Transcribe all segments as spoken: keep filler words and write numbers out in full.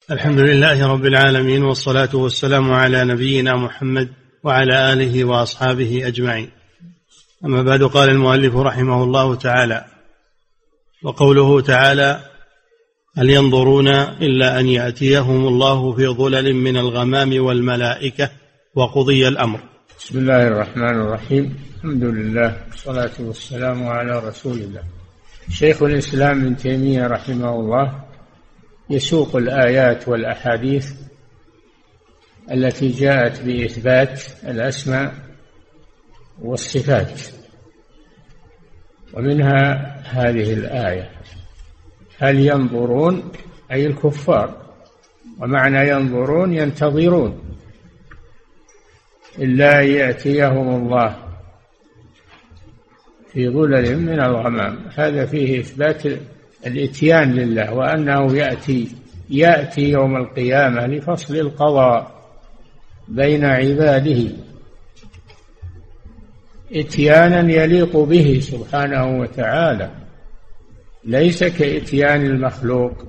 الحمد لله رب العالمين، والصلاة والسلام على نبينا محمد وعلى آله وأصحابه أجمعين. أما بعد، قال المؤلف رحمه الله تعالى: وقوله تعالى: هل ينظرون إلا أن يأتيهم الله في ظلل من الغمام والملائكة وقضي الأمر. بسم الله الرحمن الرحيم. الحمد لله والصلاة والسلام على رسول الله. شيخ الإسلام ابن تيمية رحمه الله يسوق الآيات والأحاديث التي جاءت بإثبات الأسماء والصفات، ومنها هذه الآية: هل ينظرون أي الكفار، ومعنى ينظرون ينتظرون، إلا يأتيهم الله في ظلل من الغمام. هذا فيه إثبات الإتيان لله، وأنه يأتي يأتي يوم القيامة لفصل القضاء بين عباده إتيانا يليق به سبحانه وتعالى، ليس كإتيان المخلوق.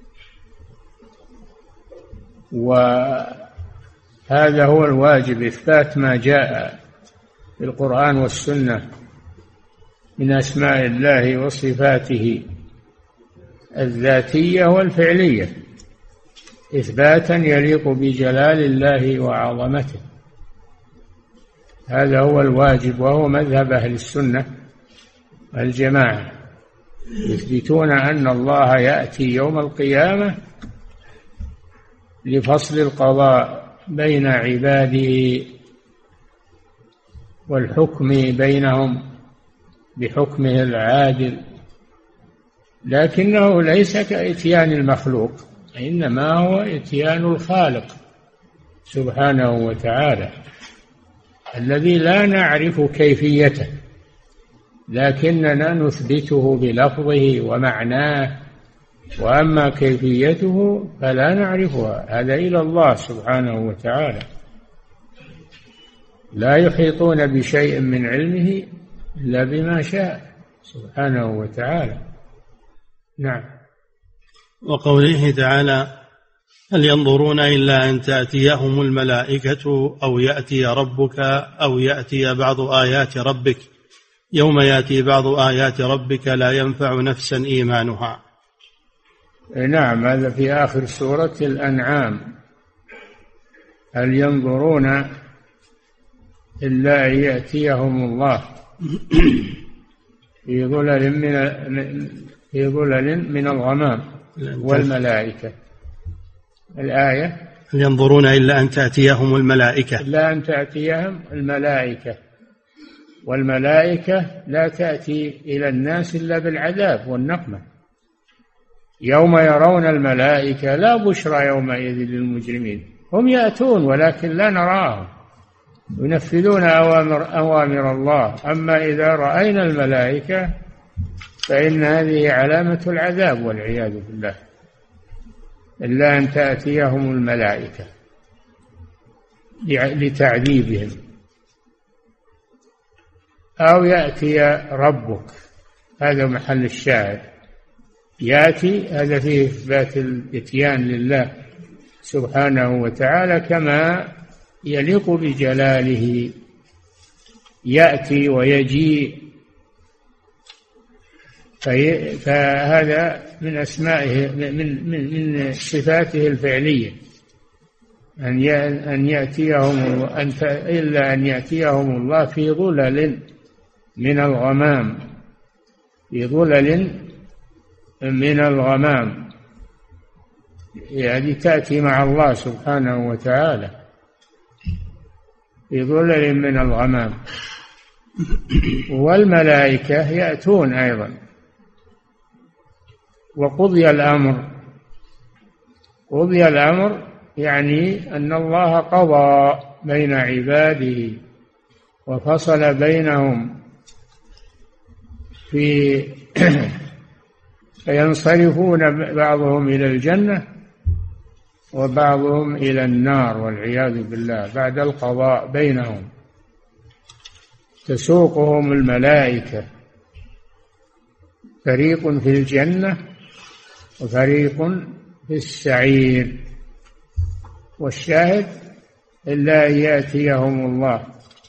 وهذا هو الواجب، إثبات ما جاء في القرآن والسنة من أسماء الله وصفاته الذاتية والفعلية، إثباتا يليق بجلال الله وعظمته. هذا هو الواجب، وهو مذهب أهل السنة والجماعة، يثبتون أن الله يأتي يوم القيامة لفصل القضاء بين عباده والحكم بينهم بحكمه العادل، لكنه ليس كإتيان المخلوق، إنما هو إتيان الخالق سبحانه وتعالى الذي لا نعرف كيفيته، لكننا نثبته بلفظه ومعناه، وأما كيفيته فلا نعرفها، هذا إلى الله سبحانه وتعالى. لا يحيطون بشيء من علمه إلا بما شاء سبحانه وتعالى. نعم. وقوله تعالى: هل ينظرون إلا أن تأتيهم الملائكة أو يأتي ربك أو يأتي بعض آيات ربك يوم يأتي بعض آيات ربك لا ينفع نفسا إيمانها. نعم، هذا في آخر سورة الأنعام: هل ينظرون إلا أن يأتيهم الله في ظلل من في ظلل من الغمام والملائكة. الآية: هل ينظرون إلا أن تأتيهم الملائكة إلا أن تأتيهم الملائكة، والملائكة لا تأتي إلى الناس إلا بالعذاب والنقمة. يوم يرون الملائكة لا بشرى يومئذ للمجرمين، هم يأتون ولكن لا نراهم، ينفذون أوامر, أوامر الله. أما إذا رأينا الملائكة فإن هذه علامة العذاب والعياذ بالله. إلا أن تأتيهم الملائكة لتعذيبهم، أو يأتي ربك، هذا محل الشاهد. يأتي هذا فيه إثبات الإتيان لله سبحانه وتعالى كما يليق بجلاله، يأتي ويجيء، فهذا من أسمائه من من من صفاته الفعلية، أن أن يأتيهم أن إلا أن يأتيهم الله في ظلل من الغمام، في ظلل من الغمام، يعني تأتي مع الله سبحانه وتعالى في ظلل من الغمام. والملائكة يأتون أيضا. وقضي الأمر، قضي الأمر يعني أن الله قضى بين عباده وفصل بينهم في فينصرفون بعضهم إلى الجنة وبعضهم إلى النار والعياذ بالله بعد القضاء بينهم. تسوقهم الملائكة، فريق في الجنة وفريق في السعير. والشاهد إلا أن يأتيهم الله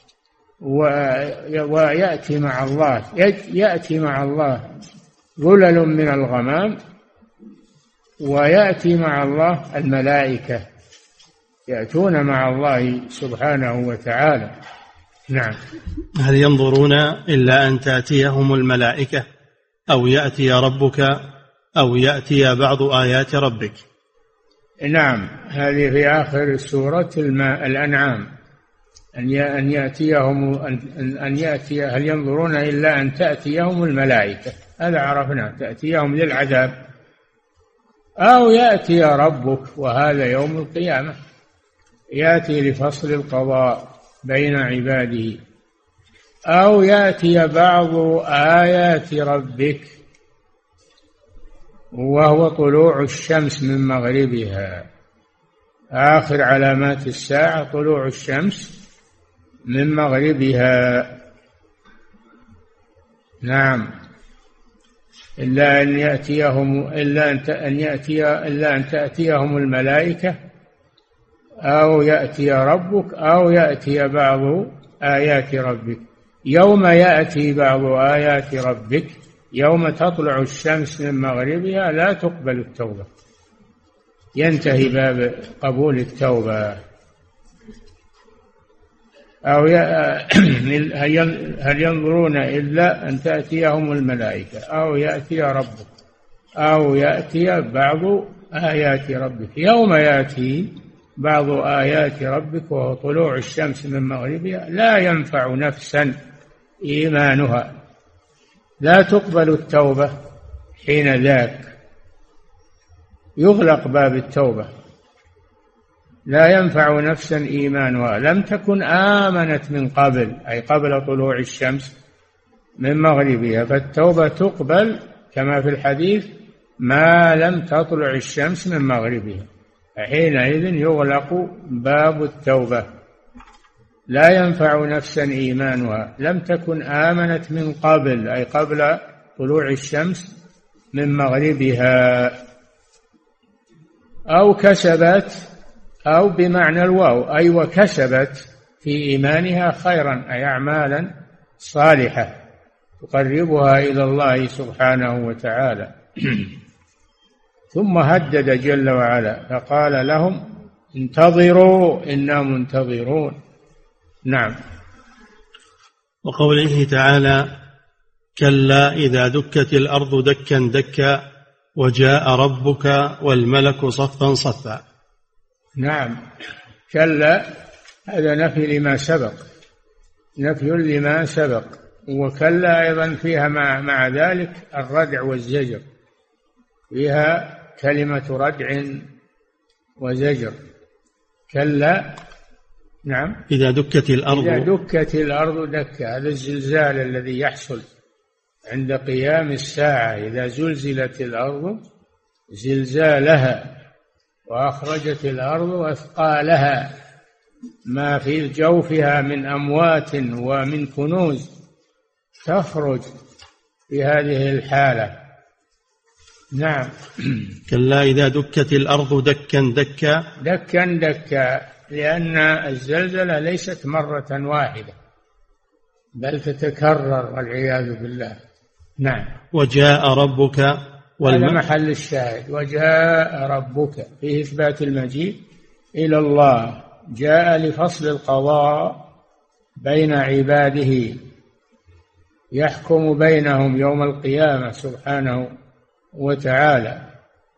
ويأتي مع الله يأتي مع الله ظلل من الغمام، ويأتي مع الله الملائكة يأتون مع الله سبحانه وتعالى. نعم. هل ينظرون إلا أن تأتيهم الملائكة أو يأتي ربك أو يأتي بعض آيات ربك؟ نعم، هذه في آخر سورة الأنعام، أن يأتيهم أن يأتي هل ينظرون إلا أن تأتيهم الملائكة، هذا عرفنا، تأتيهم للعذاب، أو يأتي ربك وهذا يوم القيامة، يأتي لفصل القضاء بين عباده، أو يأتي بعض آيات ربك وهو طلوع الشمس من مغربها، آخر علامات الساعة طلوع الشمس من مغربها. نعم. إلا أن يأتيهم إلا أن يأتي إلا أن تأتيهم الملائكة أو يأتي ربك أو يأتي بعض آيات ربك. يوم يأتي بعض آيات ربك يوم تطلع الشمس من مغربها لا تقبل التوبة، ينتهي باب قبول التوبة. أو هل ينظرون إلا أن تأتيهم الملائكة أو يأتي ربك أو يأتي بعض آيات ربك. يوم يأتي بعض آيات ربك وهو طلوع الشمس من مغربها لا ينفع نفسا إيمانها، لا تقبل التوبة حين ذاك، يغلق باب التوبة، لا ينفع نفسا إيمانها لم تكن آمنت من قبل، أي قبل طلوع الشمس من مغربها، فالتوبة تقبل كما في الحديث ما لم تطلع الشمس من مغربها، حينئذ يغلق باب التوبة. لا ينفع نفسا إيمانها لم تكن آمنت من قبل، أي قبل طلوع الشمس من مغربها، أو كسبت، أو بمعنى الواو، أي وكسبت في إيمانها خيرا، أي أعمالا صالحة تقربها إلى الله سبحانه وتعالى. ثم هدد جل وعلا فقال لهم انتظروا إنا منتظرون. نعم. وقوله تعالى كلا إذا دكت الأرض دكا دكا وجاء ربك والملك صفا صفا. نعم. كلا هذا نفي لما سبق، نفي لما سبق، وكلا أيضا فيها مع, مع ذلك الردع والزجر، فيها كلمة ردع وزجر. كلا. نعم. إذا دكت الأرض إذا دكت الأرض دكا، هذا الزلزال الذي يحصل عند قيام الساعة، إذا زلزلت الأرض زلزالها وأخرجت الأرض أثقالها، ما في جوفها من أموات ومن كنوز تخرج في هذه الحالة. نعم. كلا إذا دكت الأرض دكا دكا دكا دكا، لأن الزلزلة ليست مرة واحدة بل تتكرر والعياذ بالله. نعم. وجاء ربك والم... هذا محل الشاهد، وجاء ربك فيه إثبات المجيء إلى الله، جاء لفصل القضاء بين عباده، يحكم بينهم يوم القيامة سبحانه وتعالى.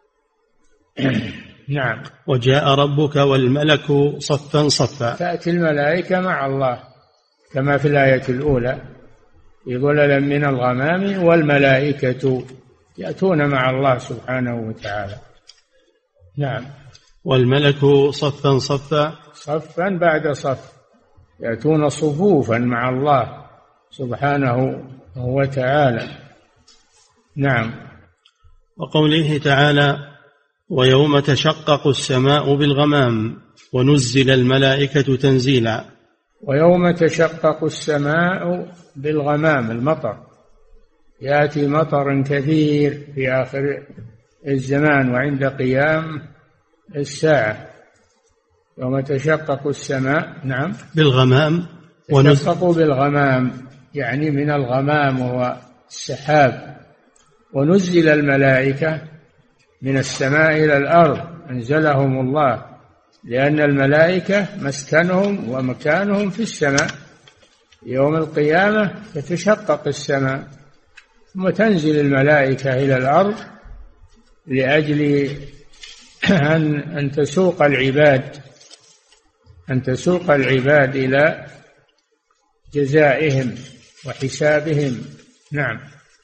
نعم. وجاء ربك والملك صفا صفا، تأتي الملائكة مع الله كما في الآية الأولى في ظلل من الغمام، والملائكة يأتون مع الله سبحانه وتعالى. نعم. والملك صفا صفا، صفا بعد صف، يأتون صفوفا مع الله سبحانه وتعالى. نعم. وقوله تعالى ويوم تشقق السماء بالغمام ونزل الملائكة تنزيلا. ويوم تشقق السماء بالغمام، المطر، يأتي مطر كثير في آخر الزمان وعند قيام الساعة، يوم تشقق السماء نعم بالغمام تشقق بالغمام يعني من الغمام وهو السحاب. ونزل الملائكة من السماء إلى الأرض أنزلهم الله لأن الملائكة مسكنهم ومكانهم في السماء. يوم القيامة تتشقق السماء ثم تنزل الملائكة إلى الأرض لأجل أن أن تسوق العباد أن تسوق العباد إلى جزائهم وحسابهم. نعم.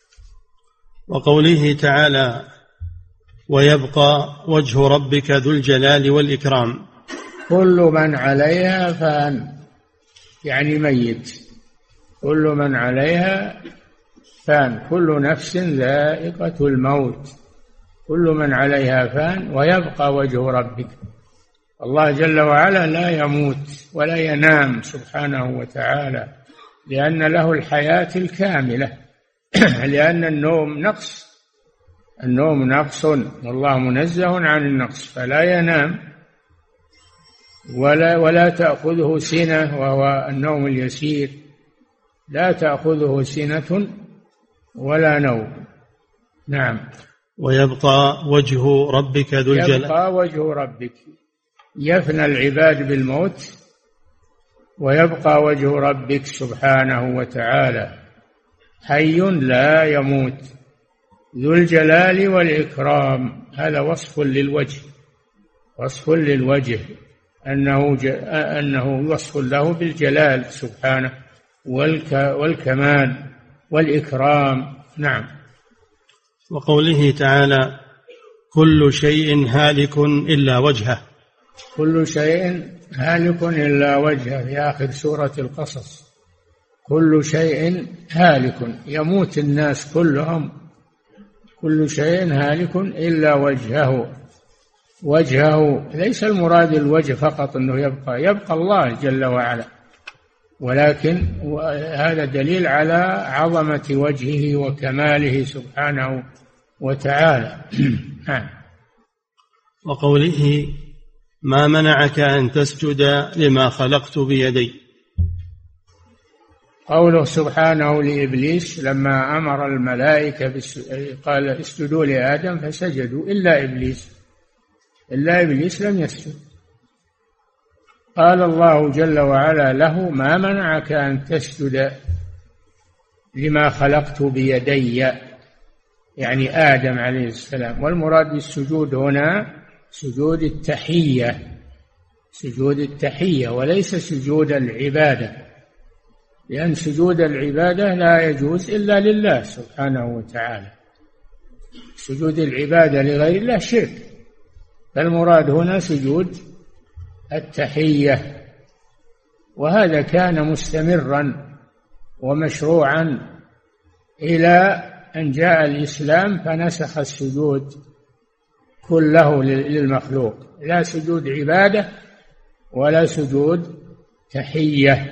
وقوله تعالى ويبقى وجه ربك ذو الجلال والإكرام. كل من عليها فان يعني ميت، كل من عليها فان، كل نفس ذائقة الموت، كل من عليها فان ويبقى وجه ربك. الله جل وعلا لا يموت ولا ينام سبحانه وتعالى لأن له الحياة الكاملة لأن النوم نقص، النوم نقص والله منزه عن النقص، فلا ينام ولا ولا تأخذه سنة وهو النوم اليسير، لا تأخذه سنة ولا نوم. نعم. ويبقى وجه ربك ذو الجلال. يبقى وجه ربك، يفنى العباد بالموت ويبقى وجه ربك سبحانه وتعالى حي لا يموت ذو الجلال والإكرام. هذا وصف للوجه، وصف للوجه أنه, ج... أنه وصف له بالجلال سبحانه والك... والكمال والإكرام. نعم. وقوله تعالى كل شيء هالك إلا وجهه. كل شيء هالك إلا وجهه في آخر سورة القصص. كل شيء هالك، يموت الناس كلهم، كل شيء هالك إلا وجهه. وجهه ليس المراد الوجه فقط أنه يبقى، يبقى الله جل وعلا، ولكن هذا دليل على عظمة وجهه وكماله سبحانه وتعالى. وقوله ما منعك أن تسجد لما خلقت بيدي. قوله سبحانه لإبليس لما أمر الملائكة قال اسجدوا لآدم فسجدوا إلا إبليس، إلا إبليس لم يسجد. قال الله جل وعلا له ما منعك أن تسجد لما خلقت بيدي، يعني آدم عليه السلام. والمراد بالسجود هنا سجود التحية، سجود التحية وليس سجود العبادة، لأن سجود العبادة لا يجوز إلا لله سبحانه وتعالى. سجود العبادة لغير الله شرك، فالمراد هنا سجود التحية، وهذا كان مستمرا ومشروعا إلى أن جاء الإسلام فنسخ السجود كله للمخلوق، لا سجود عبادة ولا سجود تحية.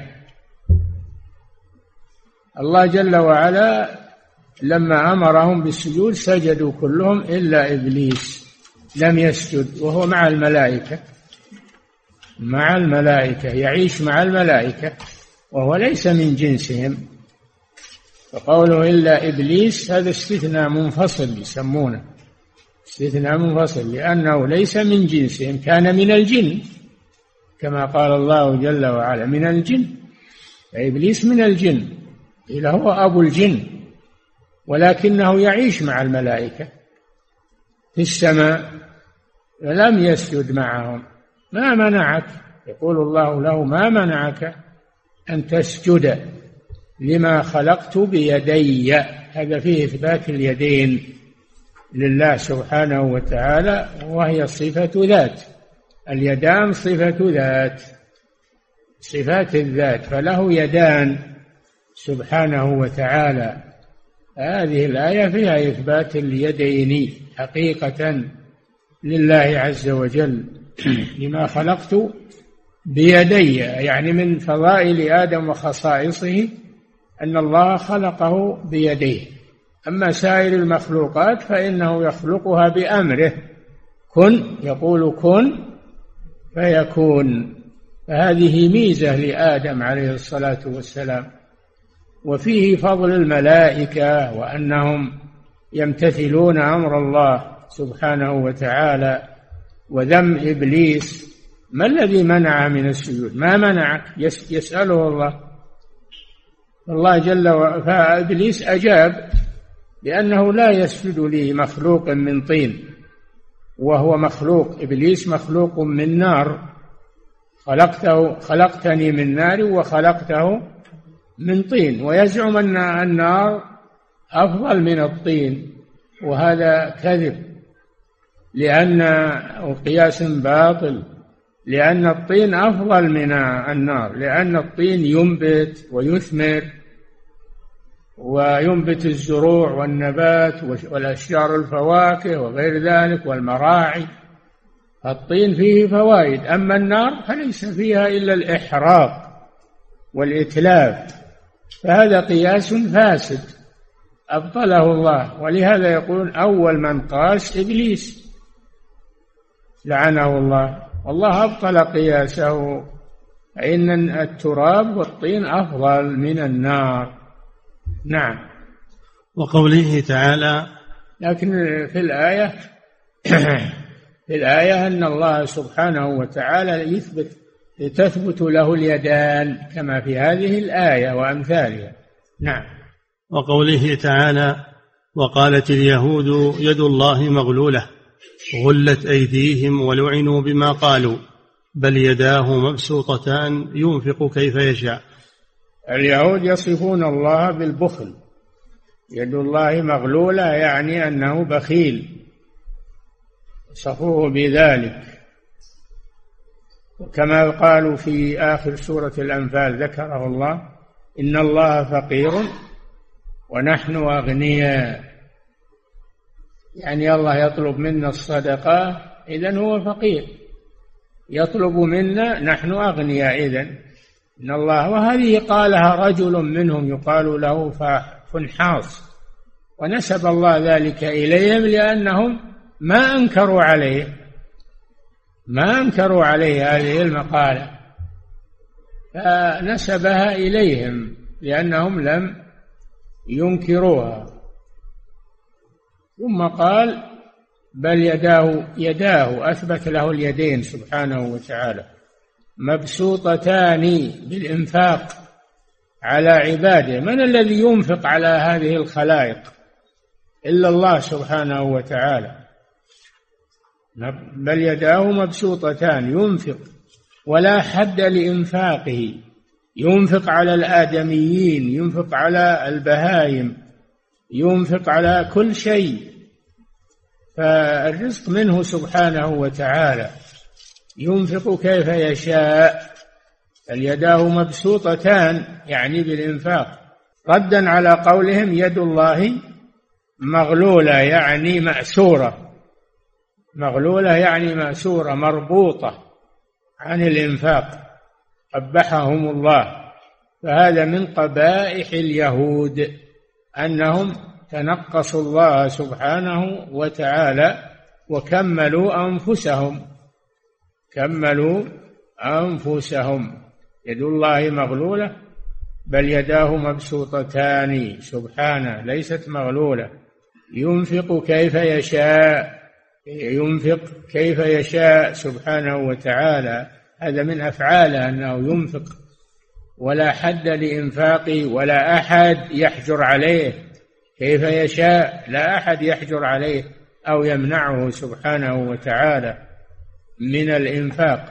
الله جل وعلا لما أمرهم بالسجود سجدوا كلهم إلا إبليس لم يسجد، وهو مع الملائكة، مع الملائكة يعيش مع الملائكة وهو ليس من جنسهم. فقوله إلا إبليس هذا استثناء منفصل يسمونه، استثناء منفصل لأنه ليس من جنسهم، كان من الجن كما قال الله جل وعلا من الجن، فإبليس من الجن إلا هو أبو الجن، ولكنه يعيش مع الملائكة في السماء لم يسجد معهم. ما منعك، يقول الله له ما منعك أن تسجد لما خلقت بيدي. هذا فيه إثبات اليدين لله سبحانه وتعالى، وهي صفة ذات، اليدان صفة ذات، صفات الذات، فله يدان سبحانه وتعالى. هذه الآية فيها إثبات اليدين حقيقة لله عز وجل لما خلقت بيدي، يعني من فضائل آدم وخصائصه أن الله خلقه بيديه. أما سائر المخلوقات فإنه يخلقها بأمره، كن، يقول كن فيكون. فهذه ميزة لآدم عليه الصلاة والسلام. وفيه فضل الملائكة وأنهم يمتثلون أمر الله سبحانه وتعالى، وذم إبليس. ما الذي منعه من السجود؟ ما منعك؟ يسأله الله. الله جل وعلا، فإبليس أجاب لأنه لا يسجد لمخلوق من طين، وهو مخلوق. إبليس مخلوق من نار، خلقته خلقتني من نار وخلقته من طين، ويزعم أن النار أفضل من الطين، وهذا كذب، لأن قياس باطل، لأن الطين أفضل من النار، لأن الطين ينبت ويثمر وينبت الزروع والنبات والأشجار الفواكه وغير ذلك والمراعي. الطين فيه فوائد، أما النار فليس فيها إلا الإحراق والإتلاف، فهذا قياس فاسد أبطله الله. ولهذا يقول أول من قاس إبليس لعنه الله، والله أبطل قياسه، إن التراب والطين أفضل من النار. نعم. وقوله تعالى، لكن في الآية في الآية أن الله سبحانه وتعالى يثبت تثبت له اليدان كما في هذه الآية وأمثالها. نعم. وقوله تعالى: وقالت اليهود يد الله مغلولة غلت أيديهم ولعنوا بما قالوا بل يداه مبسوطتان ينفق كيف يشاء. اليهود يصفون الله بالبخل، يد الله مغلولة يعني أنه بخيل، صفوه بذلك. وكما قالوا في آخر سورة الأنفال ذكره الله: إن الله فقير ونحن أغنياء، يعني الله يطلب منا الصدقة إذن هو فقير، يطلب منا نحن أغنياء إذن. إن الله، وهذه قالها رجل منهم يقال له فنحاص، ونسب الله ذلك إليهم لأنهم ما أنكروا عليه ما أنكروا عليه هذه المقالة، فنسبها إليهم لأنهم لم ينكروها. ثم قال: بل يداه يداه أثبت له اليدين سبحانه وتعالى مبسوطتان بالإنفاق على عباده. من الذي ينفق على هذه الخلائق إلا الله سبحانه وتعالى. بل يداه مبسوطتان ينفق ولا حد لإنفاقه، ينفق على الآدميين، ينفق على البهائم، ينفق على كل شيء، فالرزق منه سبحانه وتعالى، ينفق كيف يشاء. اليداه مبسوطتان يعني بالإنفاق، ردا على قولهم يد الله مغلولة يعني مأسورة، مغلولة يعني مأسورة مربوطة عن الإنفاق، قبحهم الله. فهذا من قبائح اليهود أنهم تنقصوا الله سبحانه وتعالى وكملوا أنفسهم كملوا أنفسهم. يد الله مغلولة بل يداه مبسوطتان سبحانه، ليست مغلولة. ينفق كيف يشاء، ينفق كيف يشاء سبحانه وتعالى، هذا من أفعاله أنه ينفق، ولا حد لإنفاقه ولا أحد يحجر عليه، كيف يشاء، لا أحد يحجر عليه أو يمنعه سبحانه وتعالى من الإنفاق.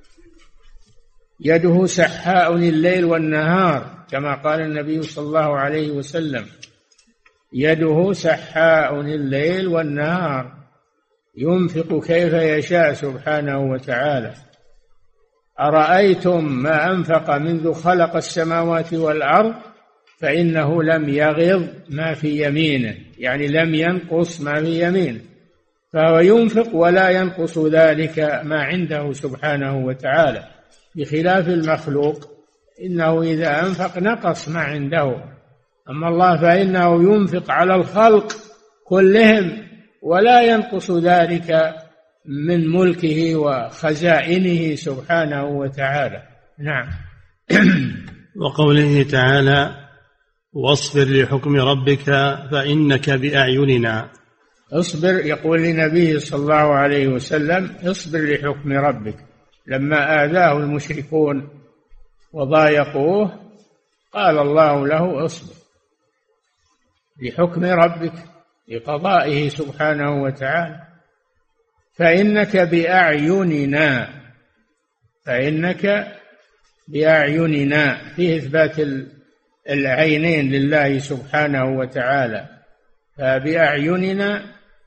يده سحاء الليل والنهار كما قال النبي صلى الله عليه وسلم: يده سحاء الليل والنهار، ينفق كيف يشاء سبحانه وتعالى. أرأيتم ما أنفق منذ خلق السماوات والأرض فإنه لم يغض ما في يمينه، يعني لم ينقص ما في يمينه، فهو ينفق ولا ينقص ذلك ما عنده سبحانه وتعالى، بخلاف المخلوق إنه إذا أنفق نقص ما عنده. أما الله فإنه ينفق على الخلق كلهم ولا ينقص ذلك من ملكه وخزائنه سبحانه وتعالى. نعم. وقوله تعالى واصبر لحكم ربك فإنك بأعيننا. اصبر، يقول لنبيه صلى الله عليه وسلم اصبر لحكم ربك. لما آذاه المشركون وضايقوه قال الله له اصبر لحكم ربك، لقضائه سبحانه وتعالى، فإنك بأعيننا. فإنك بأعيننا فيه إثبات العينين لله سبحانه وتعالى. فبأعيننا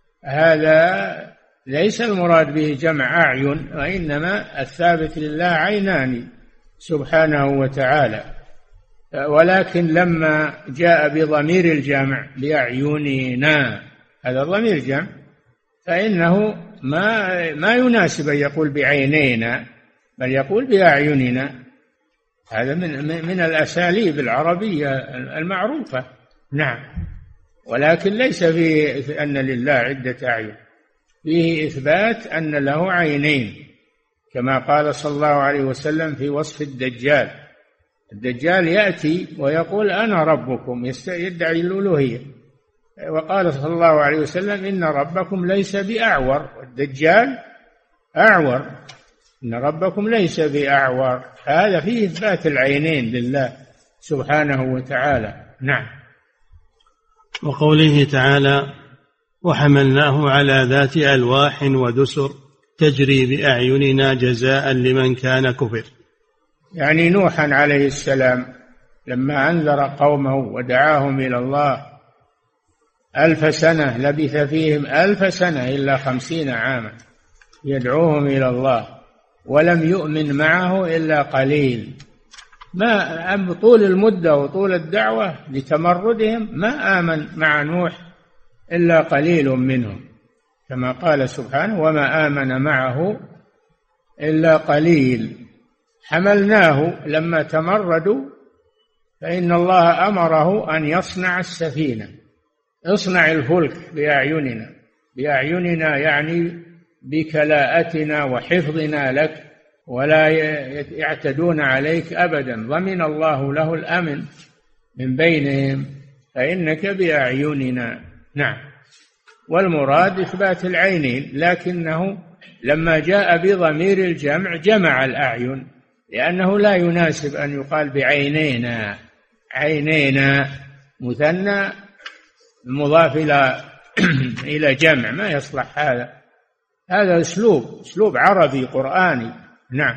هذا ليس المراد به جمع أعين، وإنما الثابت لله عينان سبحانه وتعالى، ولكن لما جاء بضمير الجمع بأعيننا، هذا ضمير جمع، فإنه ما ما يناسب أن يقول بعينينا، بل يقول بأعيننا. هذا من من الأساليب العربية المعروفة. نعم. ولكن ليس فيه أن لله عدة أعين، فيه إثبات أن له عينين، كما قال صلى الله عليه وسلم في وصف الدجال. الدجال يأتي ويقول أنا ربكم، يدعي الألوهية، وقال صلى الله عليه وسلم إن ربكم ليس بأعور، الدجال أعور، إن ربكم ليس بأعور. هذا فيه إثبات العينين لله سبحانه وتعالى. نعم. وقوله تعالى وحملناه على ذات ألواح ودسر تجري بأعيننا جزاء لمن كان كفر. يعني نوحا عليه السلام لما أنذر قومه ودعاهم إلى الله ألف سنة، لبث فيهم ألف سنة إلا خمسين عاما يدعوهم إلى الله، ولم يؤمن معه إلا قليل. ما طول المدة وطول الدعوة لتمردهم ما آمن مع نوح إلا قليل منهم، كما قال سبحانه وما آمن معه إلا قليل. حملناه لما تمردوا، فإن الله أمره أن يصنع السفينة، اصنع الفلك بأعيننا. بأعيننا يعني بكلاءتنا وحفظنا لك، ولا يعتدون عليك أبدا، ضمن الله له الأمن من بينهم، فإنك بأعيننا. نعم. والمراد إثبات العينين، لكنه لما جاء بضمير الجمع جمع الأعين، لأنه لا يناسب أن يقال بعينينا. عينينا مثنى مضاف إلى إلى جمع، ما يصلح هذا. هذا أسلوب أسلوب عربي قرآني. نعم.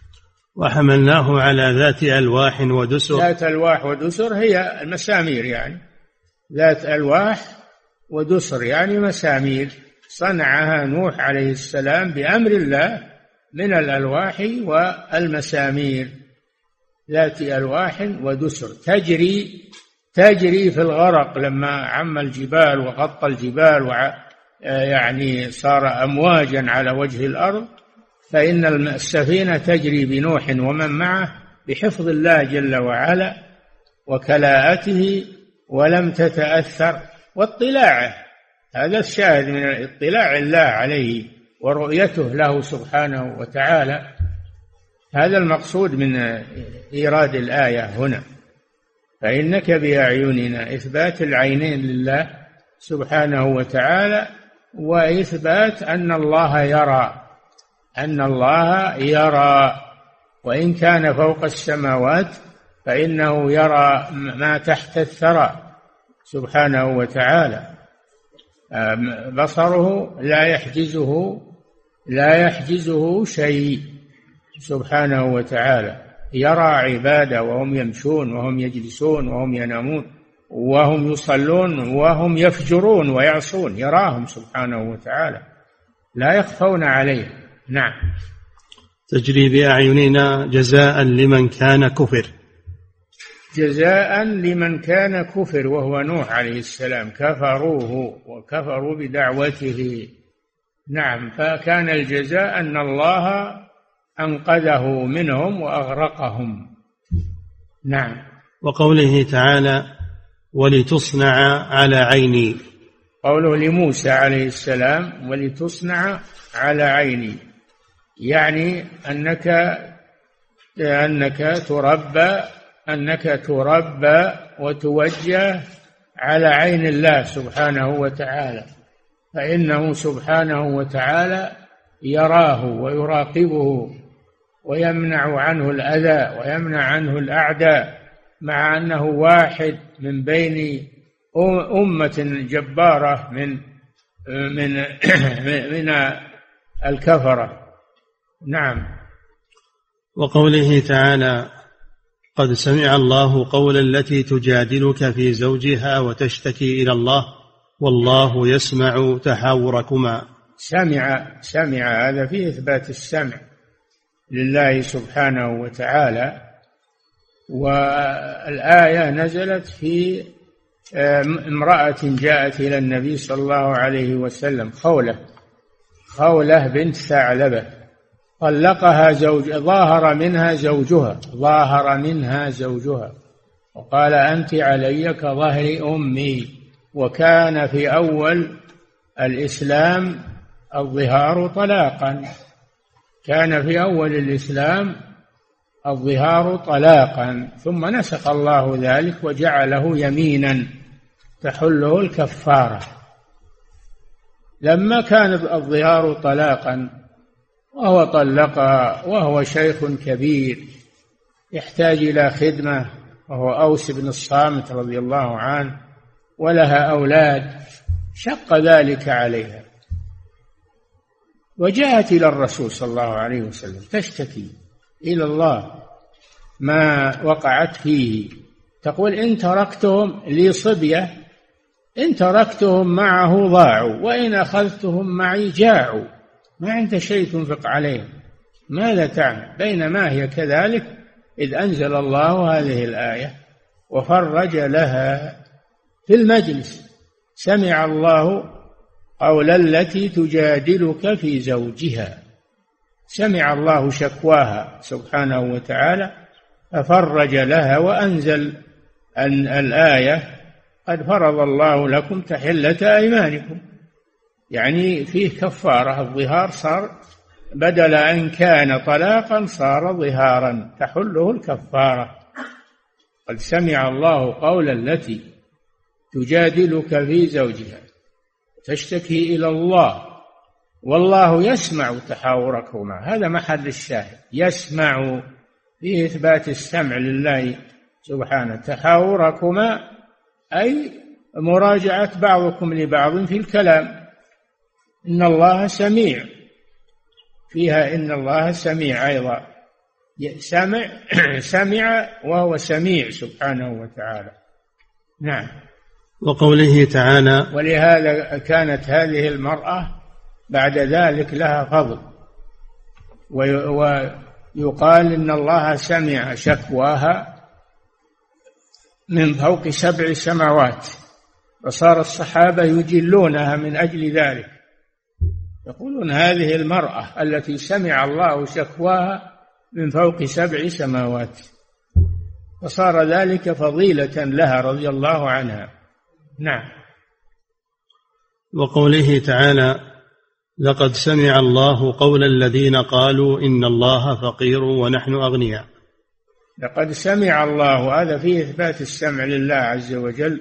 وحملناه على ذات ألواح ودسر. ذات ألواح ودسر هي المسامير، يعني ذات ألواح ودسر يعني مسامير، صنعها نوح عليه السلام بأمر الله من الألواح والمسامير. ذات ألواح ودسر تجري تجري في الغرق، لما عم الجبال وغطى الجبال وع يعني صار أمواجا على وجه الأرض، فإن السفينة تجري بنوح ومن معه بحفظ الله جل وعلا وكلاءته، ولم تتأثر. واطلاعه، هذا الشاهد من اطلاع الله عليه ورؤيته له سبحانه وتعالى. هذا المقصود من إيراد الآية هنا، فإنك بأعيننا، إثبات العينين لله سبحانه وتعالى، وإثبات أن الله يرى، أن الله يرى، وإن كان فوق السماوات فإنه يرى ما تحت الثرى سبحانه وتعالى. بصره لا يحجزه لا يحجزه شيء سبحانه وتعالى. يرى عباده وهم يمشون وهم يجلسون وهم ينامون وهم يصلون وهم يفجرون ويعصون، يراهم سبحانه وتعالى، لا يخفون عليه. نعم. تجري بأعيننا جزاء لمن كان كفر. جزاء لمن كان كفر، وهو نوح عليه السلام، كفروه وكفروا بدعوته. نعم. فكان الجزاء أن الله أنقذه منهم وأغرقهم. نعم. وقوله تعالى ولتصنع على عيني. قوله لموسى عليه السلام ولتصنع على عيني، يعني أنك أنك تربى أنك تربى وتوجه على عين الله سبحانه وتعالى، فإنه سبحانه وتعالى يراه ويراقبه ويمنع عنه الأذى ويمنع عنه الأعداء، مع أنه واحد من بين أمة جبارة من من من الكفرة. نعم. وقوله تعالى قد سمع الله قول التي تجادلك في زوجها وتشتكي إلى الله والله يسمع تحاوركما. سمع سمع هذا فيه إثبات السمع لله سبحانه وتعالى. والآية نزلت في امرأة جاءت إلى النبي صلى الله عليه وسلم، خولة خولة بنت ثعلبة، طلقها زوج ظاهر منها زوجها ظاهر منها زوجها وقال أنت علي كظهر أمي. وكان في أول الإسلام الظهار طلاقا، كان في أول الإسلام الظهار طلاقا، ثم نسخ الله ذلك وجعله يمينا تحله الكفارة. لما كان الظهار طلاقا وهو طلقها وهو شيخ كبير يحتاج إلى خدمة، وهو أوس بن الصامت رضي الله عنه، ولها أولاد، شق ذلك عليها، وجاءت إلى الرسول صلى الله عليه وسلم تشتكي إلى الله ما وقعت فيه، تقول إن تركتهم لي صبية، إن تركتهم معه ضاعوا، وإن أخذتهم معي جاعوا، ما أنت شيء تنفق عليهم، ماذا تعمل؟ بينما هي كذلك إذ أنزل الله هذه الآية وفرج لها في المجلس. سمع الله قول التي تجادلك في زوجها، سمع الله شكواها سبحانه وتعالى ففرج لها وأنزل أن الآية قد فرض الله لكم تحلة أيمانكم، يعني فيه كفارة، الظهار صار بدل أن كان طلاقا صار ظهارا تحله الكفارة. قد سمع الله قول التي تجادلك في زوجها تشتكي إلى الله والله يسمع تحاوركما، هذا محل الشاهد، يسمع فيه إثبات السمع لله سبحانه. تحاوركما أي مراجعة بعضكم لبعض في الكلام، إن الله سميع، فيها إن الله سميع أيضا، سمع سمع وهو سميع سبحانه وتعالى. نعم. وقوله تعالى ولهذا كانت هذه المرأة بعد ذلك لها فضل، ويقال إن الله سمع شكواها من فوق سبع سماوات، فصار الصحابة يجلونها من أجل ذلك، يقولون هذه المرأة التي سمع الله شكواها من فوق سبع سماوات، فصار ذلك فضيلة لها رضي الله عنها. نعم. وقوله تعالى لقد سمع الله قول الذين قالوا إن الله فقير ونحن أغنياء. لقد سمع الله، هذا فيه إثبات السمع لله عز وجل،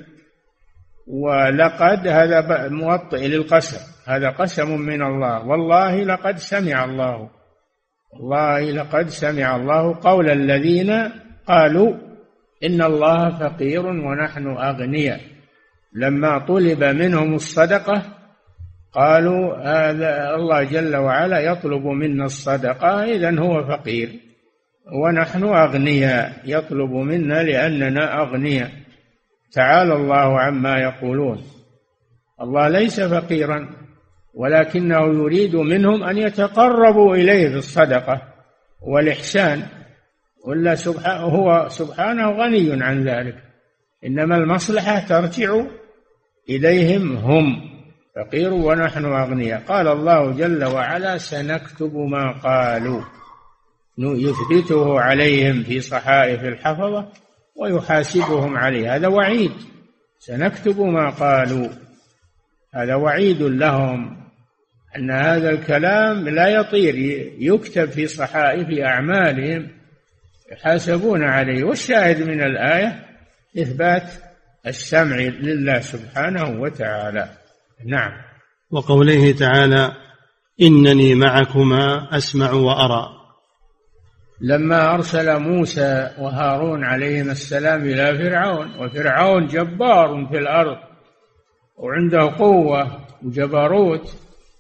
ولقد هذا موطئ للقسم، هذا قسم من الله، والله لقد سمع الله، والله لقد سمع الله قول الذين قالوا إن الله فقير ونحن أغنياء. لما طلب منهم الصدقة قالوا هذا الله جل وعلا يطلب منا الصدقة، إذن هو فقير، ونحن أغنياء يطلب منا لأننا أغنياء. تعالى الله عما يقولون، الله ليس فقيرا، ولكنه يريد منهم أن يتقربوا إليه بالصدقة والإحسان، ولا سبحانه هو سبحانه غني عن ذلك، إنما المصلحة ترجع إليهم هم، فقير ونحن أغنياء. قال الله جل وعلا سنكتب ما قالوا، يثبته عليهم في صحائف الحفظة ويحاسبهم عليه، هذا وعيد، سنكتب ما قالوا هذا وعيد لهم أن هذا الكلام لا يطير، يكتب في صحائف أعمالهم يحاسبون عليه. والشاهد من الآية إثبات السمع لله سبحانه وتعالى. نعم. وقوله تعالى إنني معكما أسمع وأرى، لما أرسل موسى وهارون عليهما السلام إلى فرعون، وفرعون جبار في الأرض وعنده قوة وجبروت،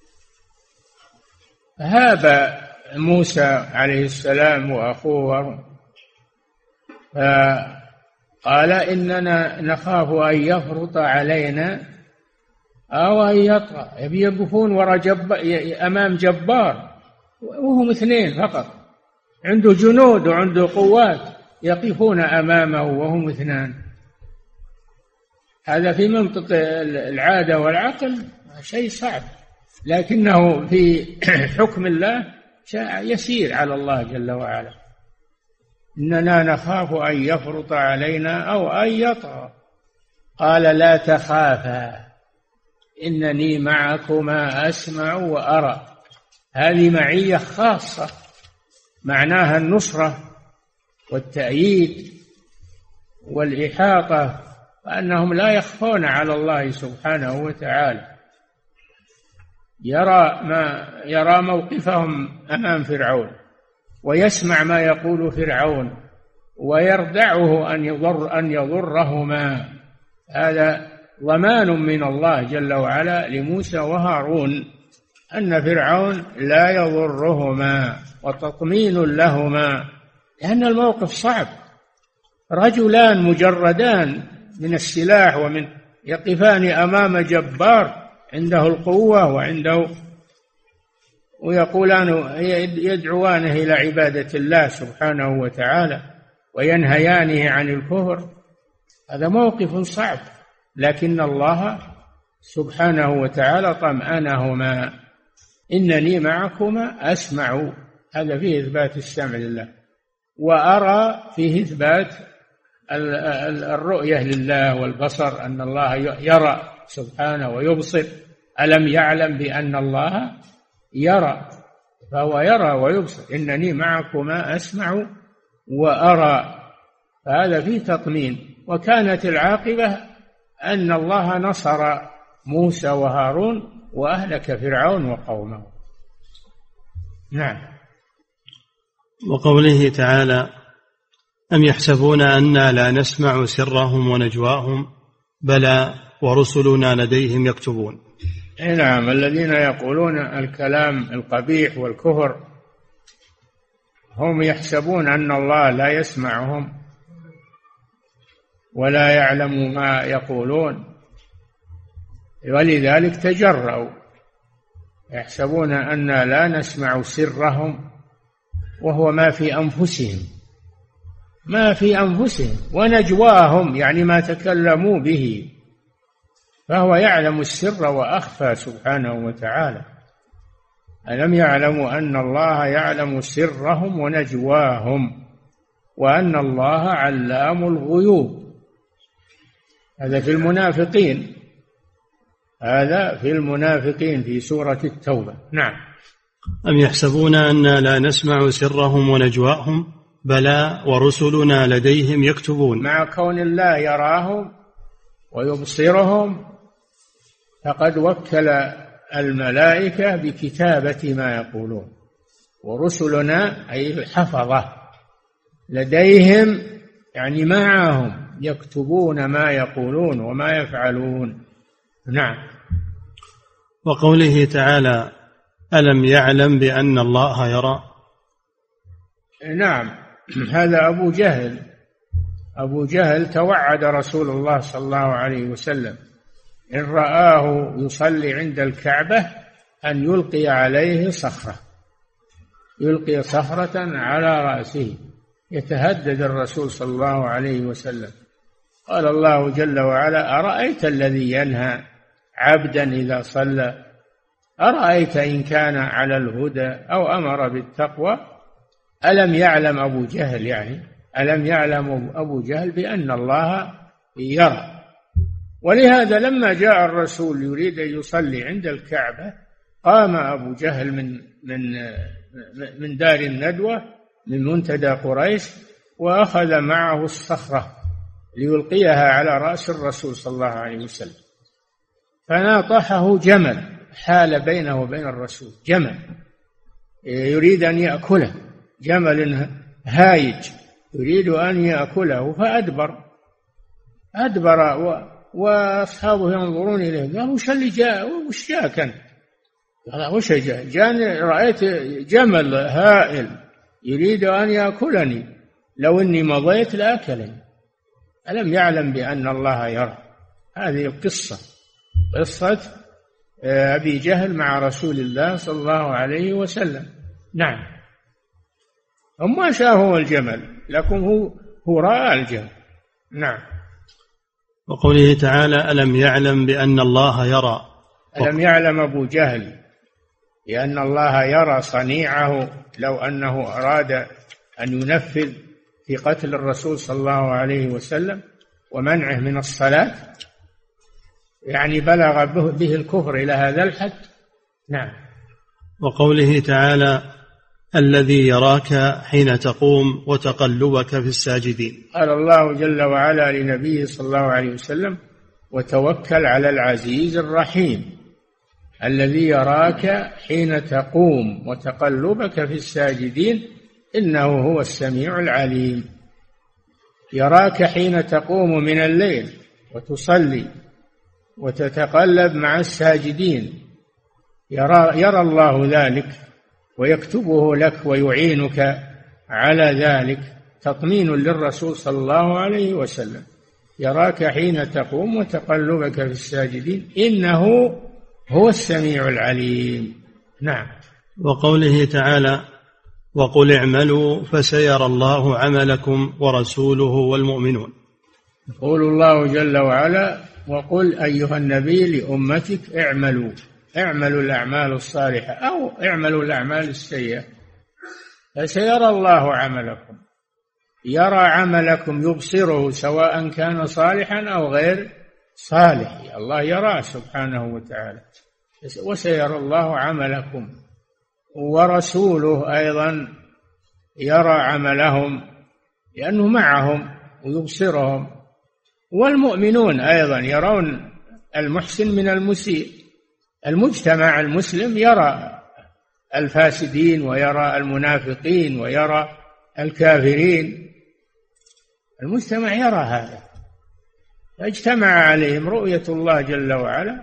هاب موسى عليه السلام وأخوه فقال إننا نخاف أن يفرط علينا أو أن يطغى. يبي يقفون وراء جب... أمام جبار وهم اثنين فقط، عنده جنود وعنده قوات، يقفون أمامه وهم اثنان. هذا في منطق العادة والعقل شيء صعب، لكنه في حكم الله يسير على الله جل وعلا. إننا نخاف أن يفرط علينا أو أن يطغى. قال لا تخافا إنني معكما أسمع وأرى. هذه معية خاصة معناها النصرة والتأييد والإحاطة، وأنهم لا يخفون على الله سبحانه وتعالى. يرى ما يرى موقفهم أمام فرعون، ويسمع ما يقول فرعون، ويردعه أن يضر أن يضرهما. هذا ضمان من الله جل وعلا لموسى وهارون أن فرعون لا يضرهما، وتطمين لهما، لأن الموقف صعب. رجلان مجردان من السلاح ومن يقفان أمام جبار عنده القوة وعنده، ويقولان يدعوانه إلى عبادة الله سبحانه وتعالى وينهيانه عن الكفر. هذا موقف صعب، لكن الله سبحانه وتعالى طمأنهما. إنني معكما أسمع، هذا فيه إثبات السمع لله، وأرى فيه إثبات الرؤية لله والبصر، أن الله يرى سبحانه ويبصر. ألم يعلم بأن الله يرى، فهو يرى ويبصر. إنني معكما أسمع وأرى، فهذا فيه تطمين. وكانت العاقبة أن الله نصر موسى وهارون وأهلك فرعون وقومه. نعم. وقوله تعالى أم يحسبون أنا لا نسمع سرهم ونجواهم بلى ورسلنا لديهم يكتبون. نعم. الذين يقولون الكلام القبيح والكفر هم يحسبون أن الله لا يسمعهم ولا يعلم ما يقولون، ولذلك تجرؤوا. يحسبون أن لا نسمع سرهم، وهو ما في أنفسهم، ما في أنفسهم، ونجواهم يعني ما تكلموا به، فهو يعلم السر وأخفى سبحانه وتعالى. ألم يعلموا أن الله يعلم سرهم ونجواهم وأن الله علام الغيوب. هذا في المنافقين، هذا في المنافقين في سورة التوبة. نعم. أم يحسبون أنا لا نسمع سرهم ونجواهم بلى ورسلنا لديهم يكتبون. مع كون الله يراهم ويبصرهم، فقد وكل الملائكة بكتابة ما يقولون، ورسلنا أي الحفظة لديهم يعني معهم يكتبون ما يقولون وما يفعلون. نعم. وقوله تعالى ألم يعلم بأن الله يرى. نعم. هذا أبو جهل أبو جهل توعد رسول الله صلى الله عليه وسلم إن رآه يصلي عند الكعبة أن يلقي عليه صخرة، يلقي صخرة على رأسه. يتهدد الرسول صلى الله عليه وسلم. قال الله جل وعلا أرأيت الذي ينهى عبدا إذا صلى، أرأيت إن كان على الهدى أو أمر بالتقوى. ألم يعلم أبو جهل، يعني ألم يعلم أبو جهل بأن الله يرى. ولهذا لما جاء الرسول يريد أن يصلي عند الكعبة قام أبو جهل من من من دار الندوة من منتدى قريش وأخذ معه الصخرة ليلقيها على رأس الرسول صلى الله عليه وسلم، فناطحه جمل حال بينه وبين الرسول، جمل يريد أن يأكله، جمل هايج يريد أن يأكله، فأدبر أدبر وأصحابه ينظرون إليه قالوا وش اللي جاء وش جاءك أنت؟ قال وش جاء؟ جاني رأيت جمل هائل يريد أن يأكلني، لو إني مضيت لأكلني. ألم يعلم بأن الله يرى؟ هذه القصة، قصة أبي جهل مع رسول الله صلى الله عليه وسلم. نعم، هم ما شافوا الجمل لكن هو هو رأى الجمل. نعم. وقوله تعالى ألم يعلم بأن الله يرى، ألم يعلم أبو جهل بأن الله يرى صنيعه لو أنه أراد أن ينفذ في قتل الرسول صلى الله عليه وسلم ومنعه من الصلاة، يعني بلغ به الكفر إلى هذا الحد. نعم. وقوله تعالى الذي يراك حين تقوم وتقلبك في الساجدين، قال الله جل وعلا لنبيه صلى الله عليه وسلم وتوكل على العزيز الرحيم الذي يراك حين تقوم وتقلبك في الساجدين إنه هو السميع العليم. يراك حين تقوم من الليل وتصلي وتتقلب مع الساجدين، يرى, يرى الله ذلك ويكتبه لك ويعينك على ذلك، تطمين للرسول صلى الله عليه وسلم. يراك حين تقوم وتقلبك في الساجدين إنه هو السميع العليم. نعم. وقوله تعالى وقل اعملوا فسيرى الله عملكم ورسوله والمؤمنون، يقول الله جل وعلا وقل أيها النبي لأمتك اعملوا، اعملوا الأعمال الصالحة أو اعملوا الأعمال السيئة فسيرى الله عملكم، يرى عملكم يبصره سواء كان صالحا أو غير صالح، الله يراه سبحانه وتعالى. وسيرى الله عملكم، ورسوله أيضا يرى عملهم لأنه معهم ويبصرهم، والمؤمنون أيضا يرون المحسن من المسيء. المجتمع المسلم يرى الفاسدين ويرى المنافقين ويرى الكافرين، المجتمع يرى هذا، فاجتمع عليهم رؤية الله جل وعلا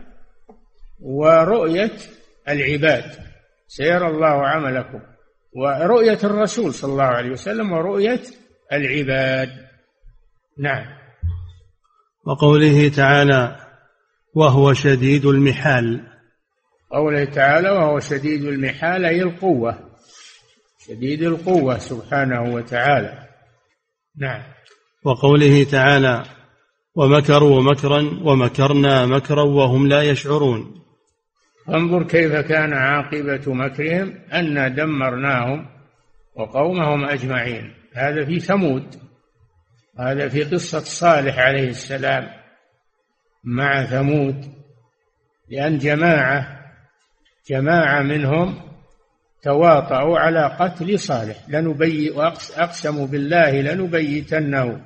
ورؤية العباد، سيرى الله عملكم، ورؤية الرسول صلى الله عليه وسلم ورؤية العباد. نعم. وقوله تعالى وهو شديد المحال، قوله تعالى وهو شديد المحال أي القوة، شديد القوة سبحانه وتعالى. نعم. وقوله تعالى ومكروا مكرا ومكرنا مكرا وهم لا يشعرون، انظر كيف كان عاقبة مكرهم أنا دمرناهم وقومهم أجمعين. هذا في ثمود، هذا في قصة صالح عليه السلام مع ثمود، لأن جماعة جماعة منهم تواطؤوا على قتل صالح، لنبي وأقسموا بالله لنبيتنه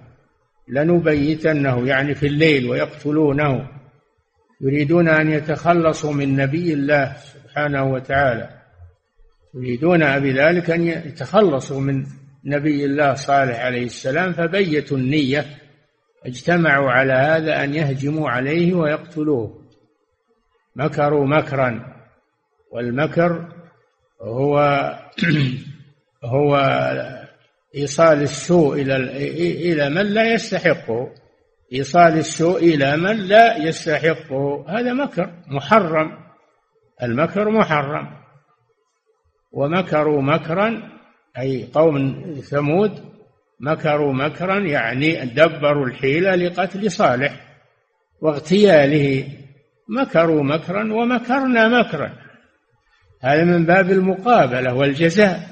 لنبيتنه يعني في الليل ويقتلونه، يريدون أن يتخلصوا من نبي الله سبحانه وتعالى، يريدون بذلك أن يتخلصوا من نبي الله صالح عليه السلام، فبيتوا النية، اجتمعوا على هذا أن يهجموا عليه ويقتلوه. مكروا مكرا، والمكر هو هو إيصال السوء إلى إلى من لا يستحقه، إيصال السوء إلى من لا يستحقه، هذا مكر محرم، المكر محرم. ومكروا مكرا أي قوم ثمود مكروا مكرا يعني دبروا الحيلة لقتل صالح واغتياله، مكروا مكرا ومكرنا مكرا، هذا من باب المقابلة والجزاء،